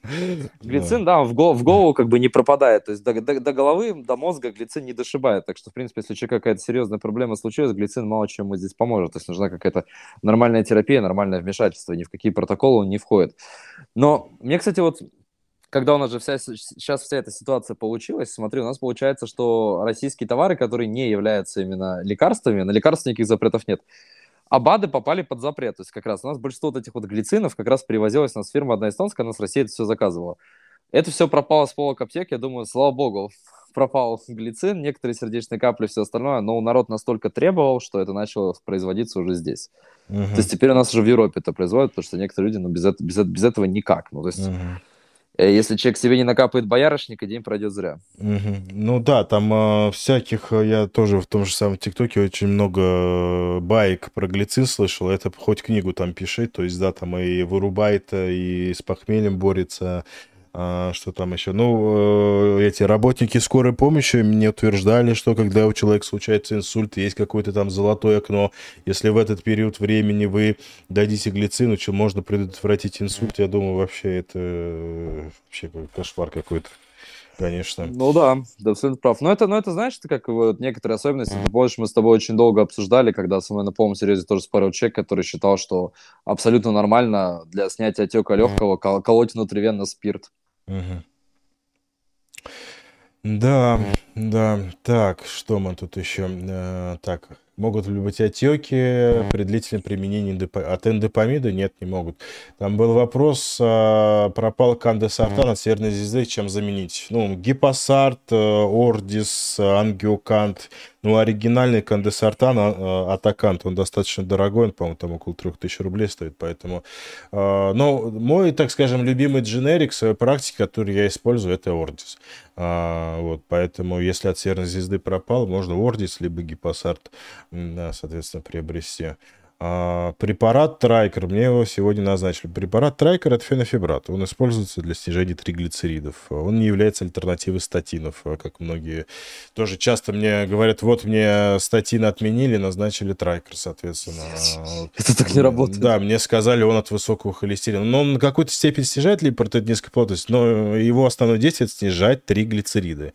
Да. Глицин, да, он в голову как бы не пропадает, то есть до головы, до мозга глицин не дошибает, так что, в принципе, если у человека какая-то серьезная проблема случилась, глицин мало чем ему здесь поможет, то есть нужна какая-то нормальная терапия, нормальное вмешательство, ни в какие протоколы он не входит. Но мне, кстати, вот когда у нас же сейчас вся эта ситуация получилась, смотри, у нас получается, что российские товары, которые не являются именно лекарствами, на лекарства никаких запретов нет, а БАДы попали под запрет. То есть как раз у нас большинство вот этих вот глицинов как раз привозилась у нас фирма одна эстонская, она с России это все заказывала. Это все пропало с полок аптек, я думаю, слава богу, пропал глицин, некоторые сердечные капли, все остальное, но народ настолько требовал, что это начало производиться уже здесь. То Мгм. есть теперь у нас уже в Европе это производят, потому что некоторые люди, ну, без этого никак. Ну, то есть, Мгм. если человек себе не накапает боярышника, день пройдет зря. Мгм. Ну да, там всяких, я тоже в том же самом ТикТоке очень много баек про глицин слышал. Это хоть книгу там пиши, то есть да, там и вырубает, и с похмельем борется. Что там еще? Ну, эти работники скорой помощи мне утверждали, что когда у человека случается инсульт, есть какое-то там золотое окно. Если в этот период времени вы дадите глицину, что можно предотвратить инсульт, я думаю, вообще это вообще кошмар какой-то. Конечно. Ну да, да, абсолютно прав. Но это, знаешь, это как вот некоторые особенности. Ты помнишь, мы с тобой очень долго обсуждали, когда со мной на полном серьезе тоже спорил человек, который считал, что абсолютно нормально для снятия отека легкого колоть внутривенно спирт. Мгм. Да, да. Так, что мы тут еще? Так, могут ли быть отеки при длительном применении от эндопамида? Нет, не могут. Там был вопрос, пропал кандесартан от северной звезды, чем заменить? Ну, гипосарт, ордис, ангиокант. Ну, оригинальный кандесартан, атакант, он достаточно дорогой, он, по-моему, там около 3000 рублей стоит, поэтому... Но мой, так скажем, любимый дженерик в своей практике, который я использую, это ордис. Вот, поэтому, если от северной звезды пропал, можно ордис, либо гипосарт, да, соответственно, приобрести. Препарат Трайкер, мне его сегодня назначили. Препарат Трайкер — это фенофибрат. Он используется для снижения триглицеридов. Он не является альтернативой статинов, как многие тоже часто мне говорят, вот мне статины отменили, назначили Трайкер, соответственно. Это так не работает. Да, мне сказали, он от высокого холестерина. Но он на какую-то степень снижает липопротеидную низкоплотность, но его основное действие — это снижать триглицериды.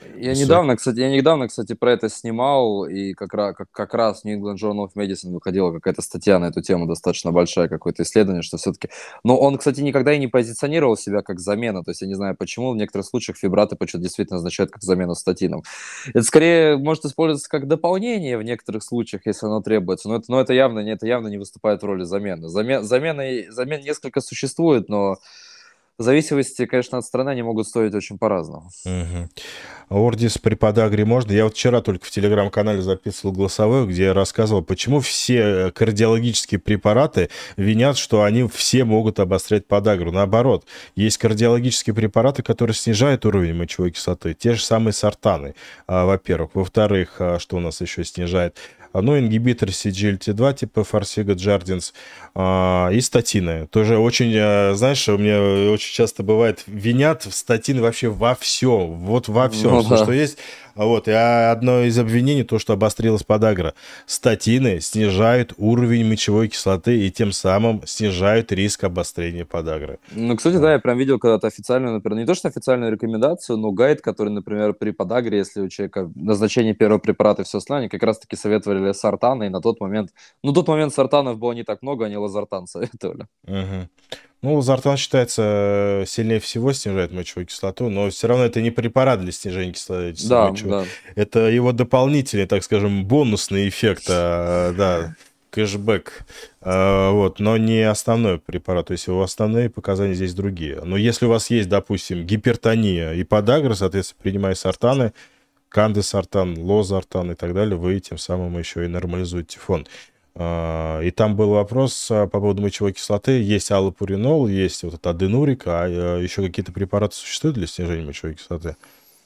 Я недавно, кстати, про это снимал, и как раз в New England Journal of Medicine выходила какая-то статья статья на эту тему достаточно большая, какое-то исследование, что все-таки... Но он, кстати, никогда и не позиционировал себя как замена, то есть я не знаю почему, в некоторых случаях фибраты почему-то действительно означают как замену статинам. Это скорее может использоваться как дополнение в некоторых случаях, если оно требуется, но это явно не выступает в роли замены. Замен несколько существует, но в зависимости, конечно, от страны они могут стоить очень по-разному. Мгм. Ордис при подагре можно? Я вот вчера только в телеграм-канале записывал голосовое, где я рассказывал, почему все кардиологические препараты винят, что они все могут обострять подагру. Наоборот, есть кардиологические препараты, которые снижают уровень мочевой кислоты. Те же самые сортаны, во-первых. Во-вторых, что у нас еще снижает? Ну, ингибитор CGLT2 типа Фарсига Джардинс и статины. Тоже очень, знаешь, у меня очень часто бывает, винят в статины вообще во всем. Вот во всем, Ну что да. есть. Вот, и одно из обвинений, то, что обострилась подагра. Статины снижают уровень мочевой кислоты и тем самым снижают риск обострения подагры. Ну, кстати, да, я прям видел когда-то официальную, например, не то что официальную рекомендацию, но гайд, который, например, при подагре, если у человека назначение первого препарата и все остальное, они как раз-таки советовали сортаны, и на тот момент, ну, тот момент сортанов было не так много, они лазартан советовали. Мгм. Ну, лазартан считается сильнее всего снижает мочевую кислоту, но все равно это не препарат для снижения кислоты Да, мочевой. да. Это его дополнительный, так скажем, бонусный эффект, да, кэшбэк. Вот, но не основной препарат. То есть его основные показания здесь другие. Но если у вас есть, допустим, гипертония и подагра, соответственно, принимая сортаны, кандесартан, лозартан и так далее, вы тем самым еще и нормализуете фон. И там был вопрос по поводу мочевой кислоты. Есть аллопуринол, есть вот этот аденурик, а еще какие-то препараты существуют для снижения мочевой кислоты?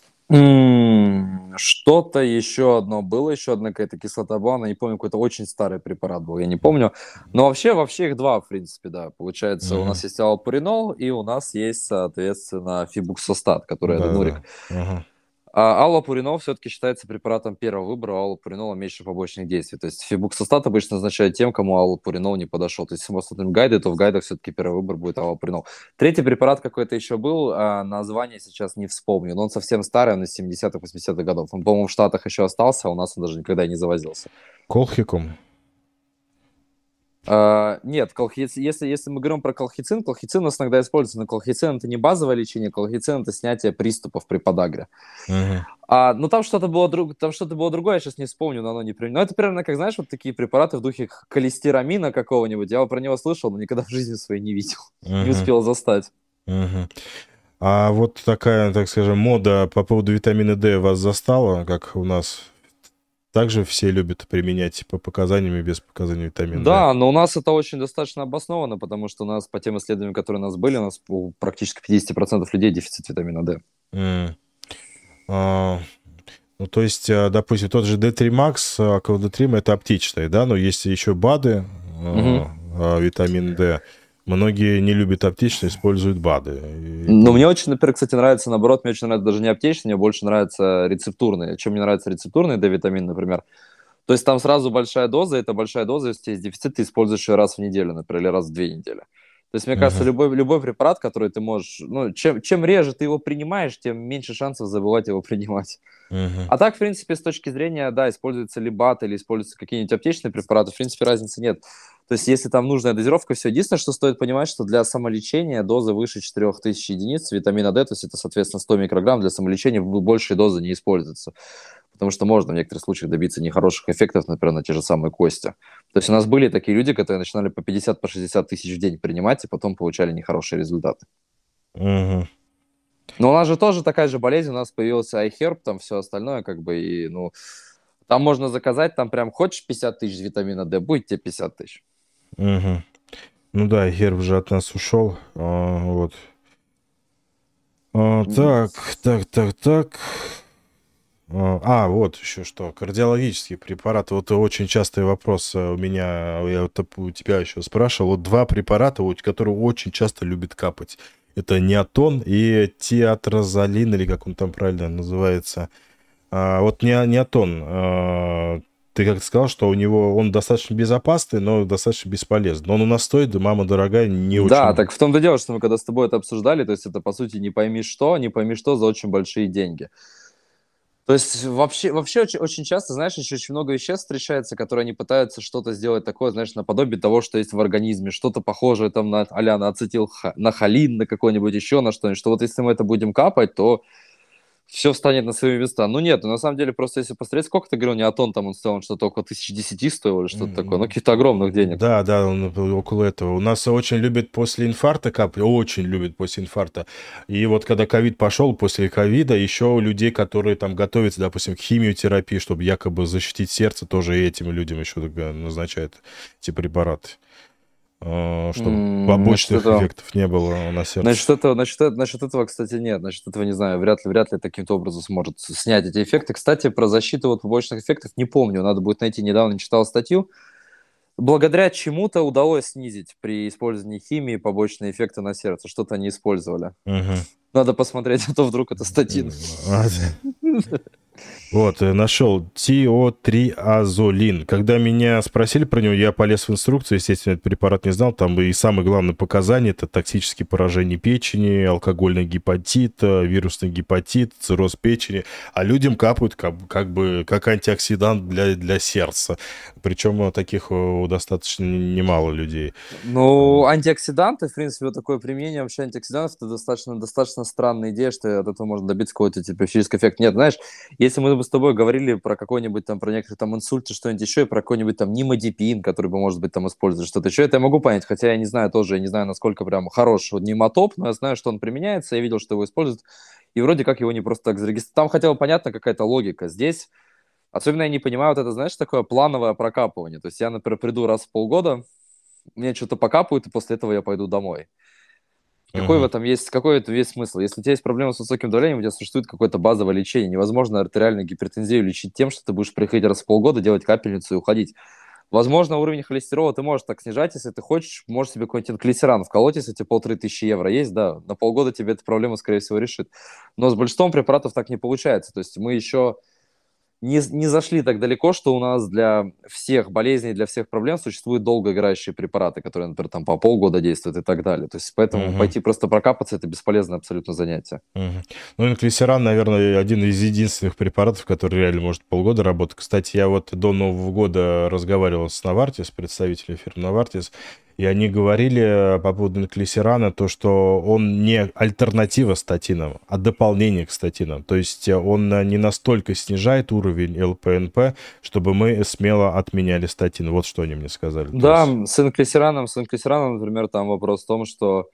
Что-то еще одно было, еще одна какая-то кислота была, но не помню, какой-то очень старый препарат был, я не помню. Но вообще их два, в принципе, да. Получается, у Мгм. нас есть аллопуринол, и у нас есть, соответственно, фибуксостат, который аденурик. Да-да. Ага. А аллопуринол все-таки считается препаратом первого выбора, у аллопуринола меньше побочных действий. То есть фибуксостат обычно назначают тем, кому аллопуринол не подошел. То есть если мы смотрим гайды, то в гайдах все-таки первый выбор будет аллопуринол. Третий препарат какой-то еще был, название сейчас не вспомню, но он совсем старый, он из 70-х, 80-х годов. Он, по-моему, в Штатах еще остался, а у нас он даже никогда не завозился. Колхикум. Нет, если мы говорим про колхицин у нас иногда используется, но колхицин это не базовое лечение, колхицин это снятие приступов при подагре. Мгм. Ну там что-то было другое, я сейчас не вспомню, но оно не примерно. Но это примерно, как знаешь, вот такие препараты в духе холестерамина какого-нибудь. Я про него слышал, но никогда в жизни своей не видел. Не Мгм. успел застать. Мгм. А вот такая, так скажем, мода по поводу витамина D вас застала, как у нас? Также все любят применять по показаниям и без показаний витамин D. Да, но у нас это очень достаточно обосновано, потому что у нас по тем исследованиям, которые у нас были, у нас у практически 50% людей дефицит витамина D. М. А, Ну, то есть, допустим, тот же D3 Max, Аквадотрим, это оптичные, да, но есть еще БАДы, Мгм. витамин D. Многие не любят оптичные, используют БАДы. Но мне очень, например, кстати, нравится, наоборот, мне очень нравится даже не аптечные, мне больше нравятся рецептурные. Чем мне нравятся рецептурные D-витамин, например? То есть там сразу большая доза, это большая доза, если у тебя есть дефицит, ты используешь ее раз в неделю, например, или раз в 2 недели. То есть, мне кажется, Мгм. любой препарат, который ты можешь... Ну, чем реже ты его принимаешь, тем меньше шансов забывать его принимать. Мгм. А так, в принципе, с точки зрения, да, используется ли БАТ или используются какие-нибудь аптечные препараты, в принципе, разницы нет. То есть, если там нужная дозировка, все. Единственное, что стоит понимать, что для самолечения доза выше 4000 единиц витамина D, то есть это, соответственно, 100 микрограмм, для самолечения большей дозы не используется. Потому что можно в некоторых случаях добиться нехороших эффектов, например, на те же самые кости. То есть у нас были такие люди, которые начинали по 50, по 60 тысяч в день принимать, и потом получали нехорошие результаты. Мгм. Но у нас же тоже такая же болезнь, у нас появился iHerb, там все остальное, как бы, и, ну, там можно заказать, там прям хочешь 50 тысяч витамина D, будет тебе 50 тысяч. Мгм. Ну да, Герб же от нас ушел. Вот. Так. Вот еще что. Кардиологические препараты. Вот очень частый вопрос у меня. Я вот у тебя еще спрашивал. Вот два препарата, которые очень часто любят капать. Это неотон и театрозолин, или как он там правильно называется. Вот неотон. Ты как-то сказал, что у него он достаточно безопасный, но достаточно бесполезный. Но он у нас стоит, да, мама дорогая, не Да, очень. так в том-то дело, что мы когда с тобой это обсуждали, то есть это, по сути, не пойми что за очень большие деньги. То есть вообще очень часто, знаешь, еще очень много веществ встречается, которые они пытаются что-то сделать такое, знаешь, наподобие того, что есть в организме, что-то похожее там на а-ля на на холин, на какой-нибудь еще на что-нибудь, что вот если мы это будем капать, то все встанет на свои места. Ну нет, на самом деле просто если посмотреть, сколько ты говорил, не Атон там он стоил, он что-то около 1010 стоил или что-то такое, ну каких-то огромных денег. Да, да, он около этого. У нас очень любят после инфаркта капли, очень любят после инфаркта. И вот когда ковид пошел, после ковида, еще у людей, которые там готовятся, допустим, к химиотерапии, чтобы якобы защитить сердце, тоже и этим людям еще назначают эти препараты. Чтобы Значит, побочных это эффектов не было на сердце. насчет этого, кстати, нет. Насчет этого не знаю. Вряд ли таким-то образом сможет снять эти эффекты. Кстати, про защиту от побочных эффектов не помню. Надо будет найти. Недавно читал статью. Благодаря чему-то удалось снизить при использовании химии побочные эффекты на сердце. Что-то они использовали. Мгм. Надо посмотреть, а то вдруг это статья. А, Вот, нашел тиотриазолин. Когда меня спросили про него, я полез в инструкцию, естественно, этот препарат не знал. Там и самое главное показание — это токсические поражения печени, алкогольный гепатит, вирусный гепатит, цирроз печени. А людям капают как бы как антиоксидант для сердца. Причем таких достаточно немало людей. Ну, антиоксиданты, в принципе, вот такое применение вообще антиоксидантов, это достаточно странная идея, что от этого можно добиться какой-то типа физический эффект. Нет, знаешь, если мы бы с тобой говорили про какой-нибудь там, про некоторые там инсульты, что-нибудь еще, и про какой-нибудь там нимодипин, который бы, может быть, там использовать что-то еще, это я могу понять, хотя я не знаю тоже, я не знаю, насколько прям хороший вот ниматоп, но я знаю, что он применяется, я видел, что его используют, и вроде как его не просто так зарегистрировать. Там хотя бы понятна какая-то логика. Здесь особенно я не понимаю вот это, знаешь, такое плановое прокапывание. То есть я, например, приду раз в полгода, мне что-то покапают, и после этого я пойду домой. Мгм. Какой это весь смысл? Если у тебя есть проблемы с высоким давлением, у тебя существует какое-то базовое лечение. Невозможно артериальную гипертензию лечить тем, что ты будешь приходить раз в полгода, делать капельницу и уходить. Возможно, уровень холестерола ты можешь так снижать, если ты хочешь, можешь себе какой-нибудь инклисеран вколоть, если тебе 1500 евро есть, да, на полгода тебе эта проблема, скорее всего, решит. Но с большинством препаратов так не получается. То есть мы еще не зашли так далеко, что у нас для всех болезней, для всех проблем существуют долгоиграющие препараты, которые, например, там по полгода действуют и так далее. То есть поэтому Мгм. пойти просто прокапаться — это бесполезное абсолютно занятие. Мгм. Ну, инклисеран, наверное, один из единственных препаратов, который реально может полгода работать. Кстати, я вот до Нового года разговаривал с Novartis, представителем фирмы Novartis, и они говорили по поводу инклисерана, то, что он не альтернатива статинам, а дополнение к статинам. То есть он не настолько снижает уровень ЛПНП, чтобы мы смело отменяли статин. Вот что они мне сказали. То Да, есть... с инклисераном, например, там вопрос в том, что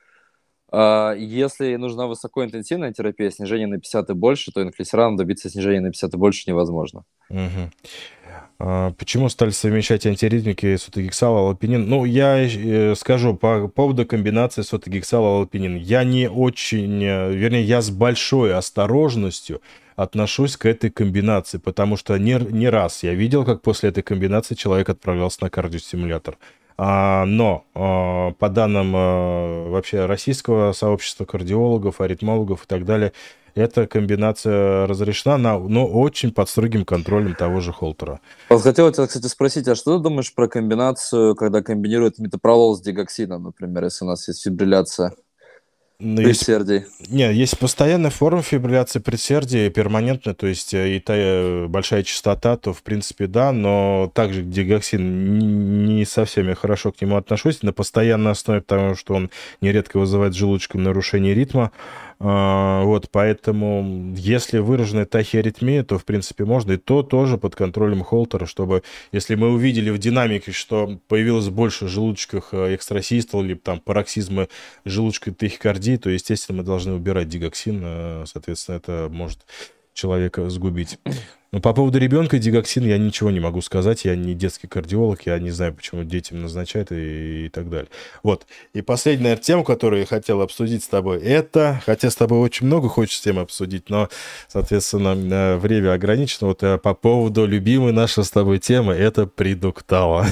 если нужна высокоинтенсивная терапия, снижение на 50 и больше, то инклисераном добиться снижения на 50 и больше невозможно. Мгм. Почему стали совмещать антиритмики сотагексал, аллопенин? Ну, я скажу по поводу комбинации сотагексал, аллопенин. Я не очень, вернее, я с большой осторожностью отношусь к этой комбинации, потому что не раз я видел, как после этой комбинации человек отправлялся на кардиостимулятор. Но по данным вообще российского сообщества кардиологов, аритмологов и так далее, эта комбинация разрешена, но очень под строгим контролем того же Холтера. Вот хотел тебя, кстати, спросить, а что ты думаешь про комбинацию, когда комбинируют метопролол с дигоксином, например, если у нас есть фибрилляция Ну, есть, предсердий? не, есть постоянная форма фибрилляции предсердия, перманентная, то есть и та большая частота, то в принципе да, но также дигоксин не совсем я хорошо к нему отношусь на постоянной основе, потому что он нередко вызывает желудочком нарушение ритма. Вот, поэтому если выраженная тахиаритмия, то в принципе можно, и то тоже под контролем Холтера, чтобы, если мы увидели в динамике, что появилось больше в желудочках экстрасистол, либо там пароксизмы желудочковой тахикардии, то, естественно, мы должны убирать дигоксин, соответственно, это может человека сгубить. Но по поводу ребенка дигоксин я ничего не могу сказать, я не детский кардиолог, я не знаю, почему детям назначают и так далее. Вот. И последняя, наверное, тема, которую я хотел обсудить с тобой, это, хотя с тобой очень много хочется тем обсудить, но, соответственно, время ограничено. Вот по поводу любимой нашей с тобой темы, это предуктала.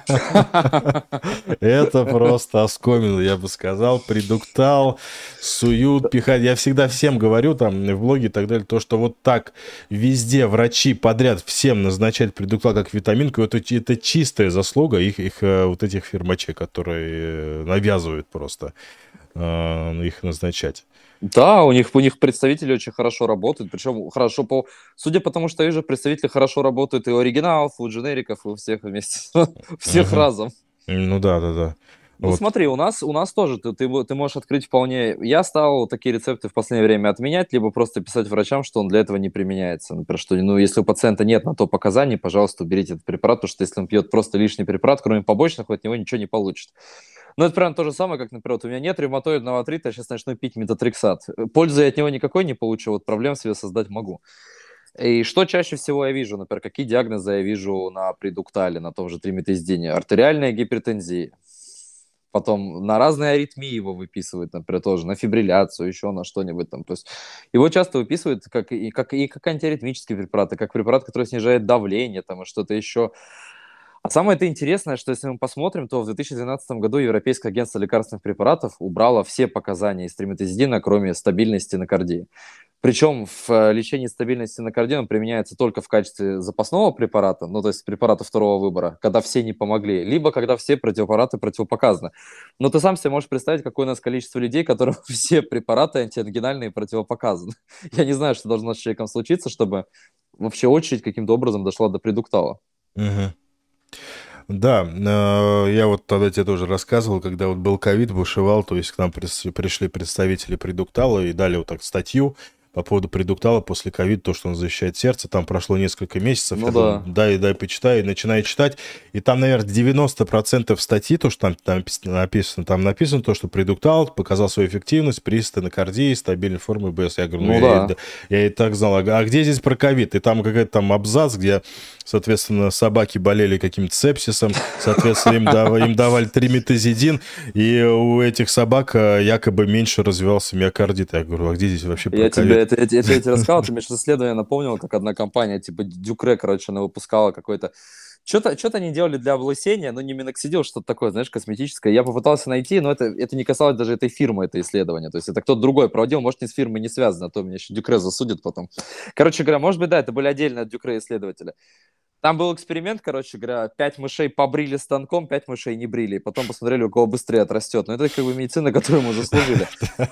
Это просто оскомину, я бы сказал. Предуктал, суют, пихать. Я всегда всем говорю там в блоге и так далее, то, что вот так везде врачи подряд всем назначают предуктал как витаминку, это чистая заслуга их вот этих фирмачей, которые навязывают просто. их назначать. Да, у них представители очень хорошо работают, причем хорошо судя по тому, что я вижу, представители хорошо работают и у оригиналов, и у дженериков, и у всех вместе, всех Мгм. разом. Ну да, да, да. Ну Вот. смотри, у нас тоже ты можешь открыть вполне. Я стал такие рецепты в последнее время отменять, либо просто писать врачам, что он для этого не применяется. Например, что ну, если у пациента нет на то показаний, пожалуйста, уберите этот препарат, потому что если он пьет просто лишний препарат, кроме побочных, от него ничего не получит. Ну, это прям то же самое, как, например, вот у меня нет ревматоидного артрита, я сейчас начну пить метотрексат. Пользы я от него никакой не получу, вот проблем себе создать могу. И что чаще всего я вижу, например, какие диагнозы я вижу на предуктале, на том же триметиздине? Артериальная гипертензия. Потом на разные аритмии его выписывают, например, тоже, на фибрилляцию, еще на что-нибудь там. То есть его часто выписывают как антиаритмический препарат, и как препарат, который снижает давление там, и что-то еще. А самое это интересное, что если мы посмотрим, то в 2012 году Европейское агентство лекарственных препаратов убрало все показания из триметазидина, кроме стабильности на кардии. Причем в лечении стабильности на кардии он применяется только в качестве запасного препарата, ну то есть препарата второго выбора, когда все не помогли, либо когда все препараты противопоказаны. Но ты сам себе можешь представить, какое у нас количество людей, которым все препараты антиангинальные противопоказаны. Я не знаю, что должно с человеком случиться, чтобы вообще очередь каким-то образом дошла до предуктала. Мгм. Да, я вот тогда тебе тоже рассказывал, когда вот был ковид, бушевал, то есть к нам пришли представители предуктала и дали вот так статью по поводу предуктала после ковид, то, что он защищает сердце. Там прошло несколько месяцев, Ну я думаю, да. дай, почитай, и начинаю читать. И там, наверное, 90% статьи, то, что там написано то, что предуктал показал свою эффективность при стенокардии, стабильной формы БС. Я говорю, ну, Ну да. я и так знал. А где здесь про ковид? И там какой-то там абзац, где, соответственно, собаки болели каким-то сепсисом, соответственно, им давали триметазидин, и у этих собак якобы меньше развивался миокардит. Я говорю, а где здесь вообще про Я тебе ковид? это рассказал, ты мне сейчас исследование напомнил, как одна компания, типа Дюкре, короче, она выпускала какой-то... Что-то они делали для облысения, но не миноксидил, что-то такое, знаешь, косметическое. Я попытался найти, но это не касалось даже этой фирмы, это исследование. То есть это кто-то другой проводил, может, не с фирмой не связано, а то меня еще Дюкре засудит потом. Короче говоря, может быть, да, это были отдельно от Дюкре исследователи. Там был эксперимент, короче говоря, 5 мышей побрили станком, 5 мышей не брили, и потом посмотрели, у кого быстрее отрастет. Но это как бы медицина, которую мы заслужили.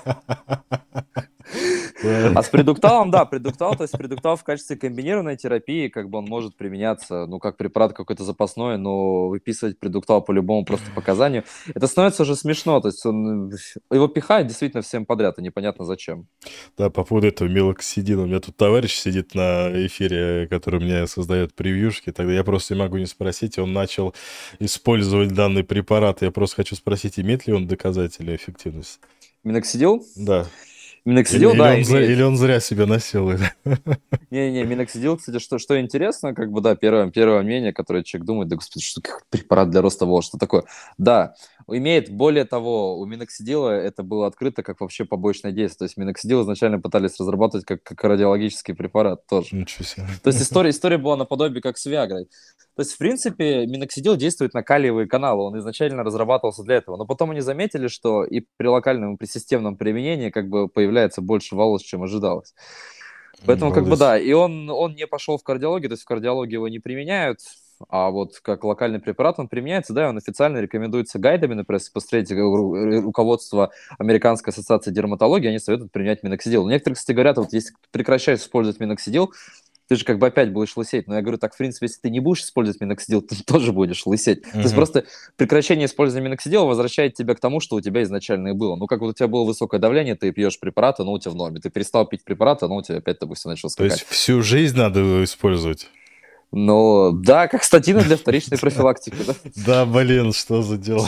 А с предукталом, да, предуктал, то есть предуктал в качестве комбинированной терапии, как бы он может применяться, ну, как препарат какой-то запасной, но выписывать предуктал по любому просто показанию, это становится уже смешно, то есть его пихают действительно всем подряд, и непонятно зачем. Да, по поводу этого мелоксидина. У меня тут товарищ сидит на эфире, который мне создает превьюшки. Тогда я просто не могу не спросить. Он начал использовать данный препарат. Я просто хочу спросить, имеет ли он доказательную эффективность? Миноксидил? Да. Миноксидил, да, имеет. Или он зря себя насилует? Не-не, миноксидил, кстати, что интересно, как бы, да, первое мнение, которое человек думает, да, господи, что какой препарат для роста волос, что такое? Да, имеет, более того, у миноксидила это было открыто как вообще побочное действие, то есть миноксидил изначально пытались разрабатывать как радиологический препарат тоже. Ничего себе. То есть история была наподобие как с Виагрой. То есть, в принципе, миноксидил действует на калиевые каналы, он изначально разрабатывался для этого. Но потом они заметили, что и при локальном, и при системном применении как бы появляется больше волос, чем ожидалось. Поэтому, как бы, Балдец. да, и он не пошел в кардиологию, то есть в кардиологии его не применяют, а вот как локальный препарат он применяется, да, и он официально рекомендуется гайдами, например, если посмотреть руководство Американской ассоциации дерматологии, они советуют применять миноксидил. Некоторые, кстати, говорят, вот если прекращаешь использовать миноксидил, ты же как бы опять будешь лысеть. Но я говорю, так, в принципе, если ты не будешь использовать миноксидил, ты тоже будешь лысеть. То есть Мгм. просто прекращение использования миноксидила возвращает тебя к тому, что у тебя изначально и было. Ну, как вот у тебя было высокое давление, ты пьешь препараты, но у тебя в норме. Ты перестал пить препараты, но у тебя опять, допустим, начало То есть скакать. всю жизнь надо его использовать? Но да, как статины для вторичной профилактики, да. Да, блин, что за дела?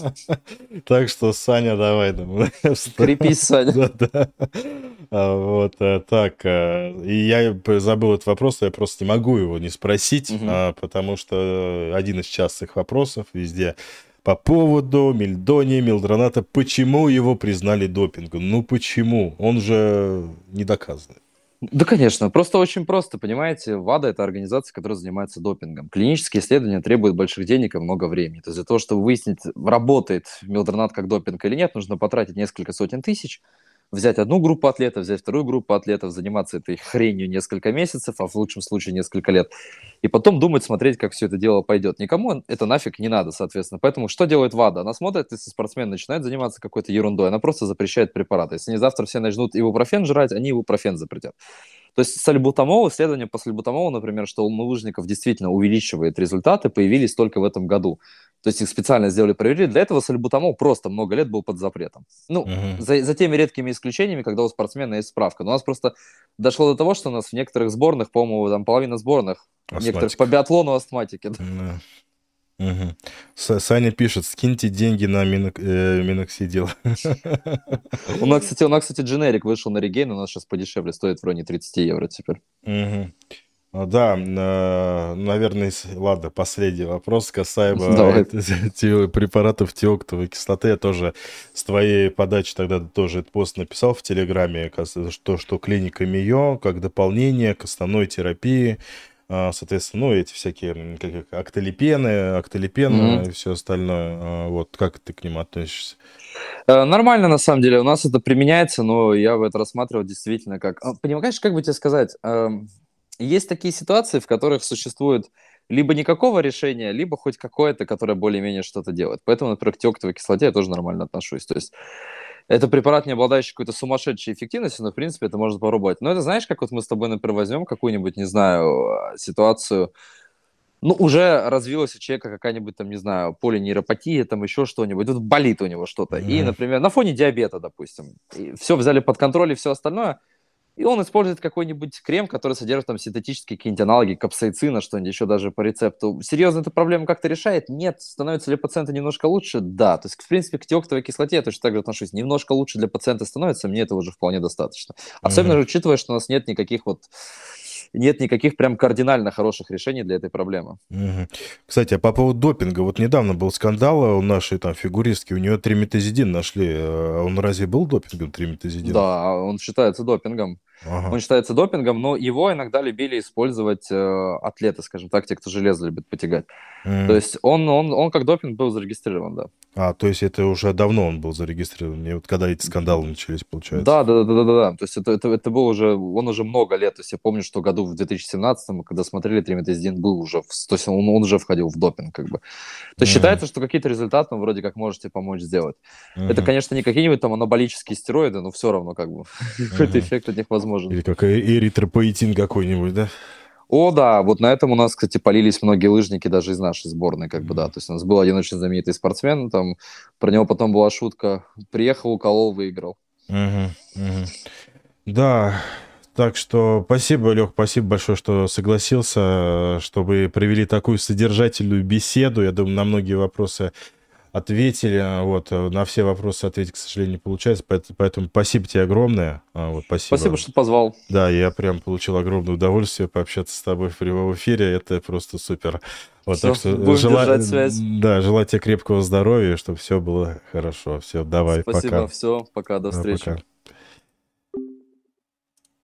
Так что, Саня, давай там. Крепись, Саня. Да, да. Вот так. И я забыл этот вопрос, я просто не могу его не спросить, Мгм. потому что один из частых вопросов везде по поводу Мельдония, Милдроната. Почему его признали допингом? Ну почему? Он же не доказан. Да, конечно. Просто очень просто, понимаете. ВАДА– это организация, которая занимается допингом. Клинические исследования требуют больших денег и много времени. То есть для того, чтобы выяснить, работает милдронат как допинг или нет, нужно потратить несколько сотен тысяч. взять одну группу атлетов, взять вторую группу атлетов, заниматься этой хренью несколько месяцев, а в лучшем случае несколько лет, и потом думать, смотреть, как все это дело пойдет. Никому это нафиг не надо, соответственно. Поэтому что делает ВАДА? Она смотрит, если спортсмен начинает заниматься какой-то ерундой, она просто запрещает препараты. Если они завтра все начнут ибупрофен жрать, они ибупрофен запретят. То есть сальбутамол, исследования по сальбутамолу, например, что у лыжников действительно увеличивает результаты, появились только в этом году. То есть их специально сделали, проверили. Для этого сальбутамол просто много лет был под запретом. Ну, Мгм. за теми редкими исключениями, когда у спортсмена есть справка. Но у нас просто дошло до того, что у нас в некоторых сборных, по-моему, там половина сборных, некоторых по Астматик. биатлону астматики. Да. Мгм. Саня пишет, скиньте деньги на миноксидил. У нас, кстати, дженерик вышел на регейн, у нас сейчас подешевле, стоит в районе 30 евро теперь. Мгм. Да, наверное, ладно, последний вопрос касаемо Давай. препаратов тиоктовой кислоты. Я тоже с твоей подачи тогда тоже этот пост написал в Телеграме, что клиника МИО как дополнение к основной терапии, соответственно, ну, эти всякие как их, актолипен Мгм. и все остальное. Вот как ты к ним относишься? Нормально, на самом деле. У нас это применяется, но я бы это рассматривал действительно как... Понимаешь, как бы тебе сказать? Есть такие ситуации, в которых существует либо никакого решения, либо хоть какое-то, которое более-менее что-то делает. Поэтому, например, к тиоктовой кислоте я тоже нормально отношусь. То есть это препарат, не обладающий какой-то сумасшедшей эффективностью, но, в принципе, это можно попробовать. Но это знаешь, как вот мы с тобой, например, возьмем какую-нибудь, не знаю, ситуацию, ну, уже развилась у человека какая-нибудь там, не знаю, полинейропатия, там еще что-нибудь, тут болит у него что-то. И, Мгм. например, на фоне диабета, допустим, и все взяли под контроль и все остальное, и он использует какой-нибудь крем, который содержит там синтетические какие-нибудь аналоги капсаицина, что-нибудь еще даже по рецепту. Серьезно эта проблема как-то решает? Нет. Становится ли пациенту немножко лучше? Да. То есть, в принципе, к тиоктовой кислоте я точно так же отношусь. Немножко лучше для пациента становится, мне этого уже вполне достаточно. Особенно Мгм. же учитывая, что у нас нет никаких прям кардинально хороших решений для этой проблемы. Мгм. Кстати, а по поводу допинга, вот недавно был скандал у нашей там фигуристки, у нее триметазидин нашли. А он разве был допингом, триметазидин? Да, он считается допингом. Ага. Он считается допингом, но его иногда любили использовать атлеты, скажем так, те, кто железо любит потягать. То М. есть он как допинг был зарегистрирован, да. То есть это уже давно он был зарегистрирован, и вот когда эти скандалы начались, получается. Да, да, да, да, да, да. То есть это был уже, он уже много лет. То есть я помню, что году в 2017, когда смотрели триметазидин, был уже, то есть он уже входил в допинг, как бы. То есть Мгм. считается, что какие-то результаты он вроде как можете помочь сделать. Это, Мгм. конечно, не какие-нибудь там анаболические стероиды, но все равно как бы какой-то Мгм. эффект от них возможен. Или как эритропоэтин какой-нибудь, да? О, да, вот на этом у нас, кстати, полились многие лыжники даже из нашей сборной, как бы, да. Мгм. То есть у нас был один очень знаменитый спортсмен, там, про него потом была шутка, приехал, уколол, выиграл. Мгм. Мгм. Да, так что спасибо, Лех, спасибо большое, что согласился, что вы провели такую содержательную беседу. Я думаю, на многие вопросы ответили. Вот, на все вопросы ответить, к сожалению, не получается. Поэтому спасибо тебе огромное. Вот, Спасибо, спасибо. что позвал. Да, я прям получил огромное удовольствие пообщаться с тобой в прямом эфире. Это просто супер. Вот, так Все, что будем держать связь. да, желаю тебе крепкого здоровья, чтобы все было хорошо. Все, давай, Спасибо, пока. все, пока, до Да, встречи. пока.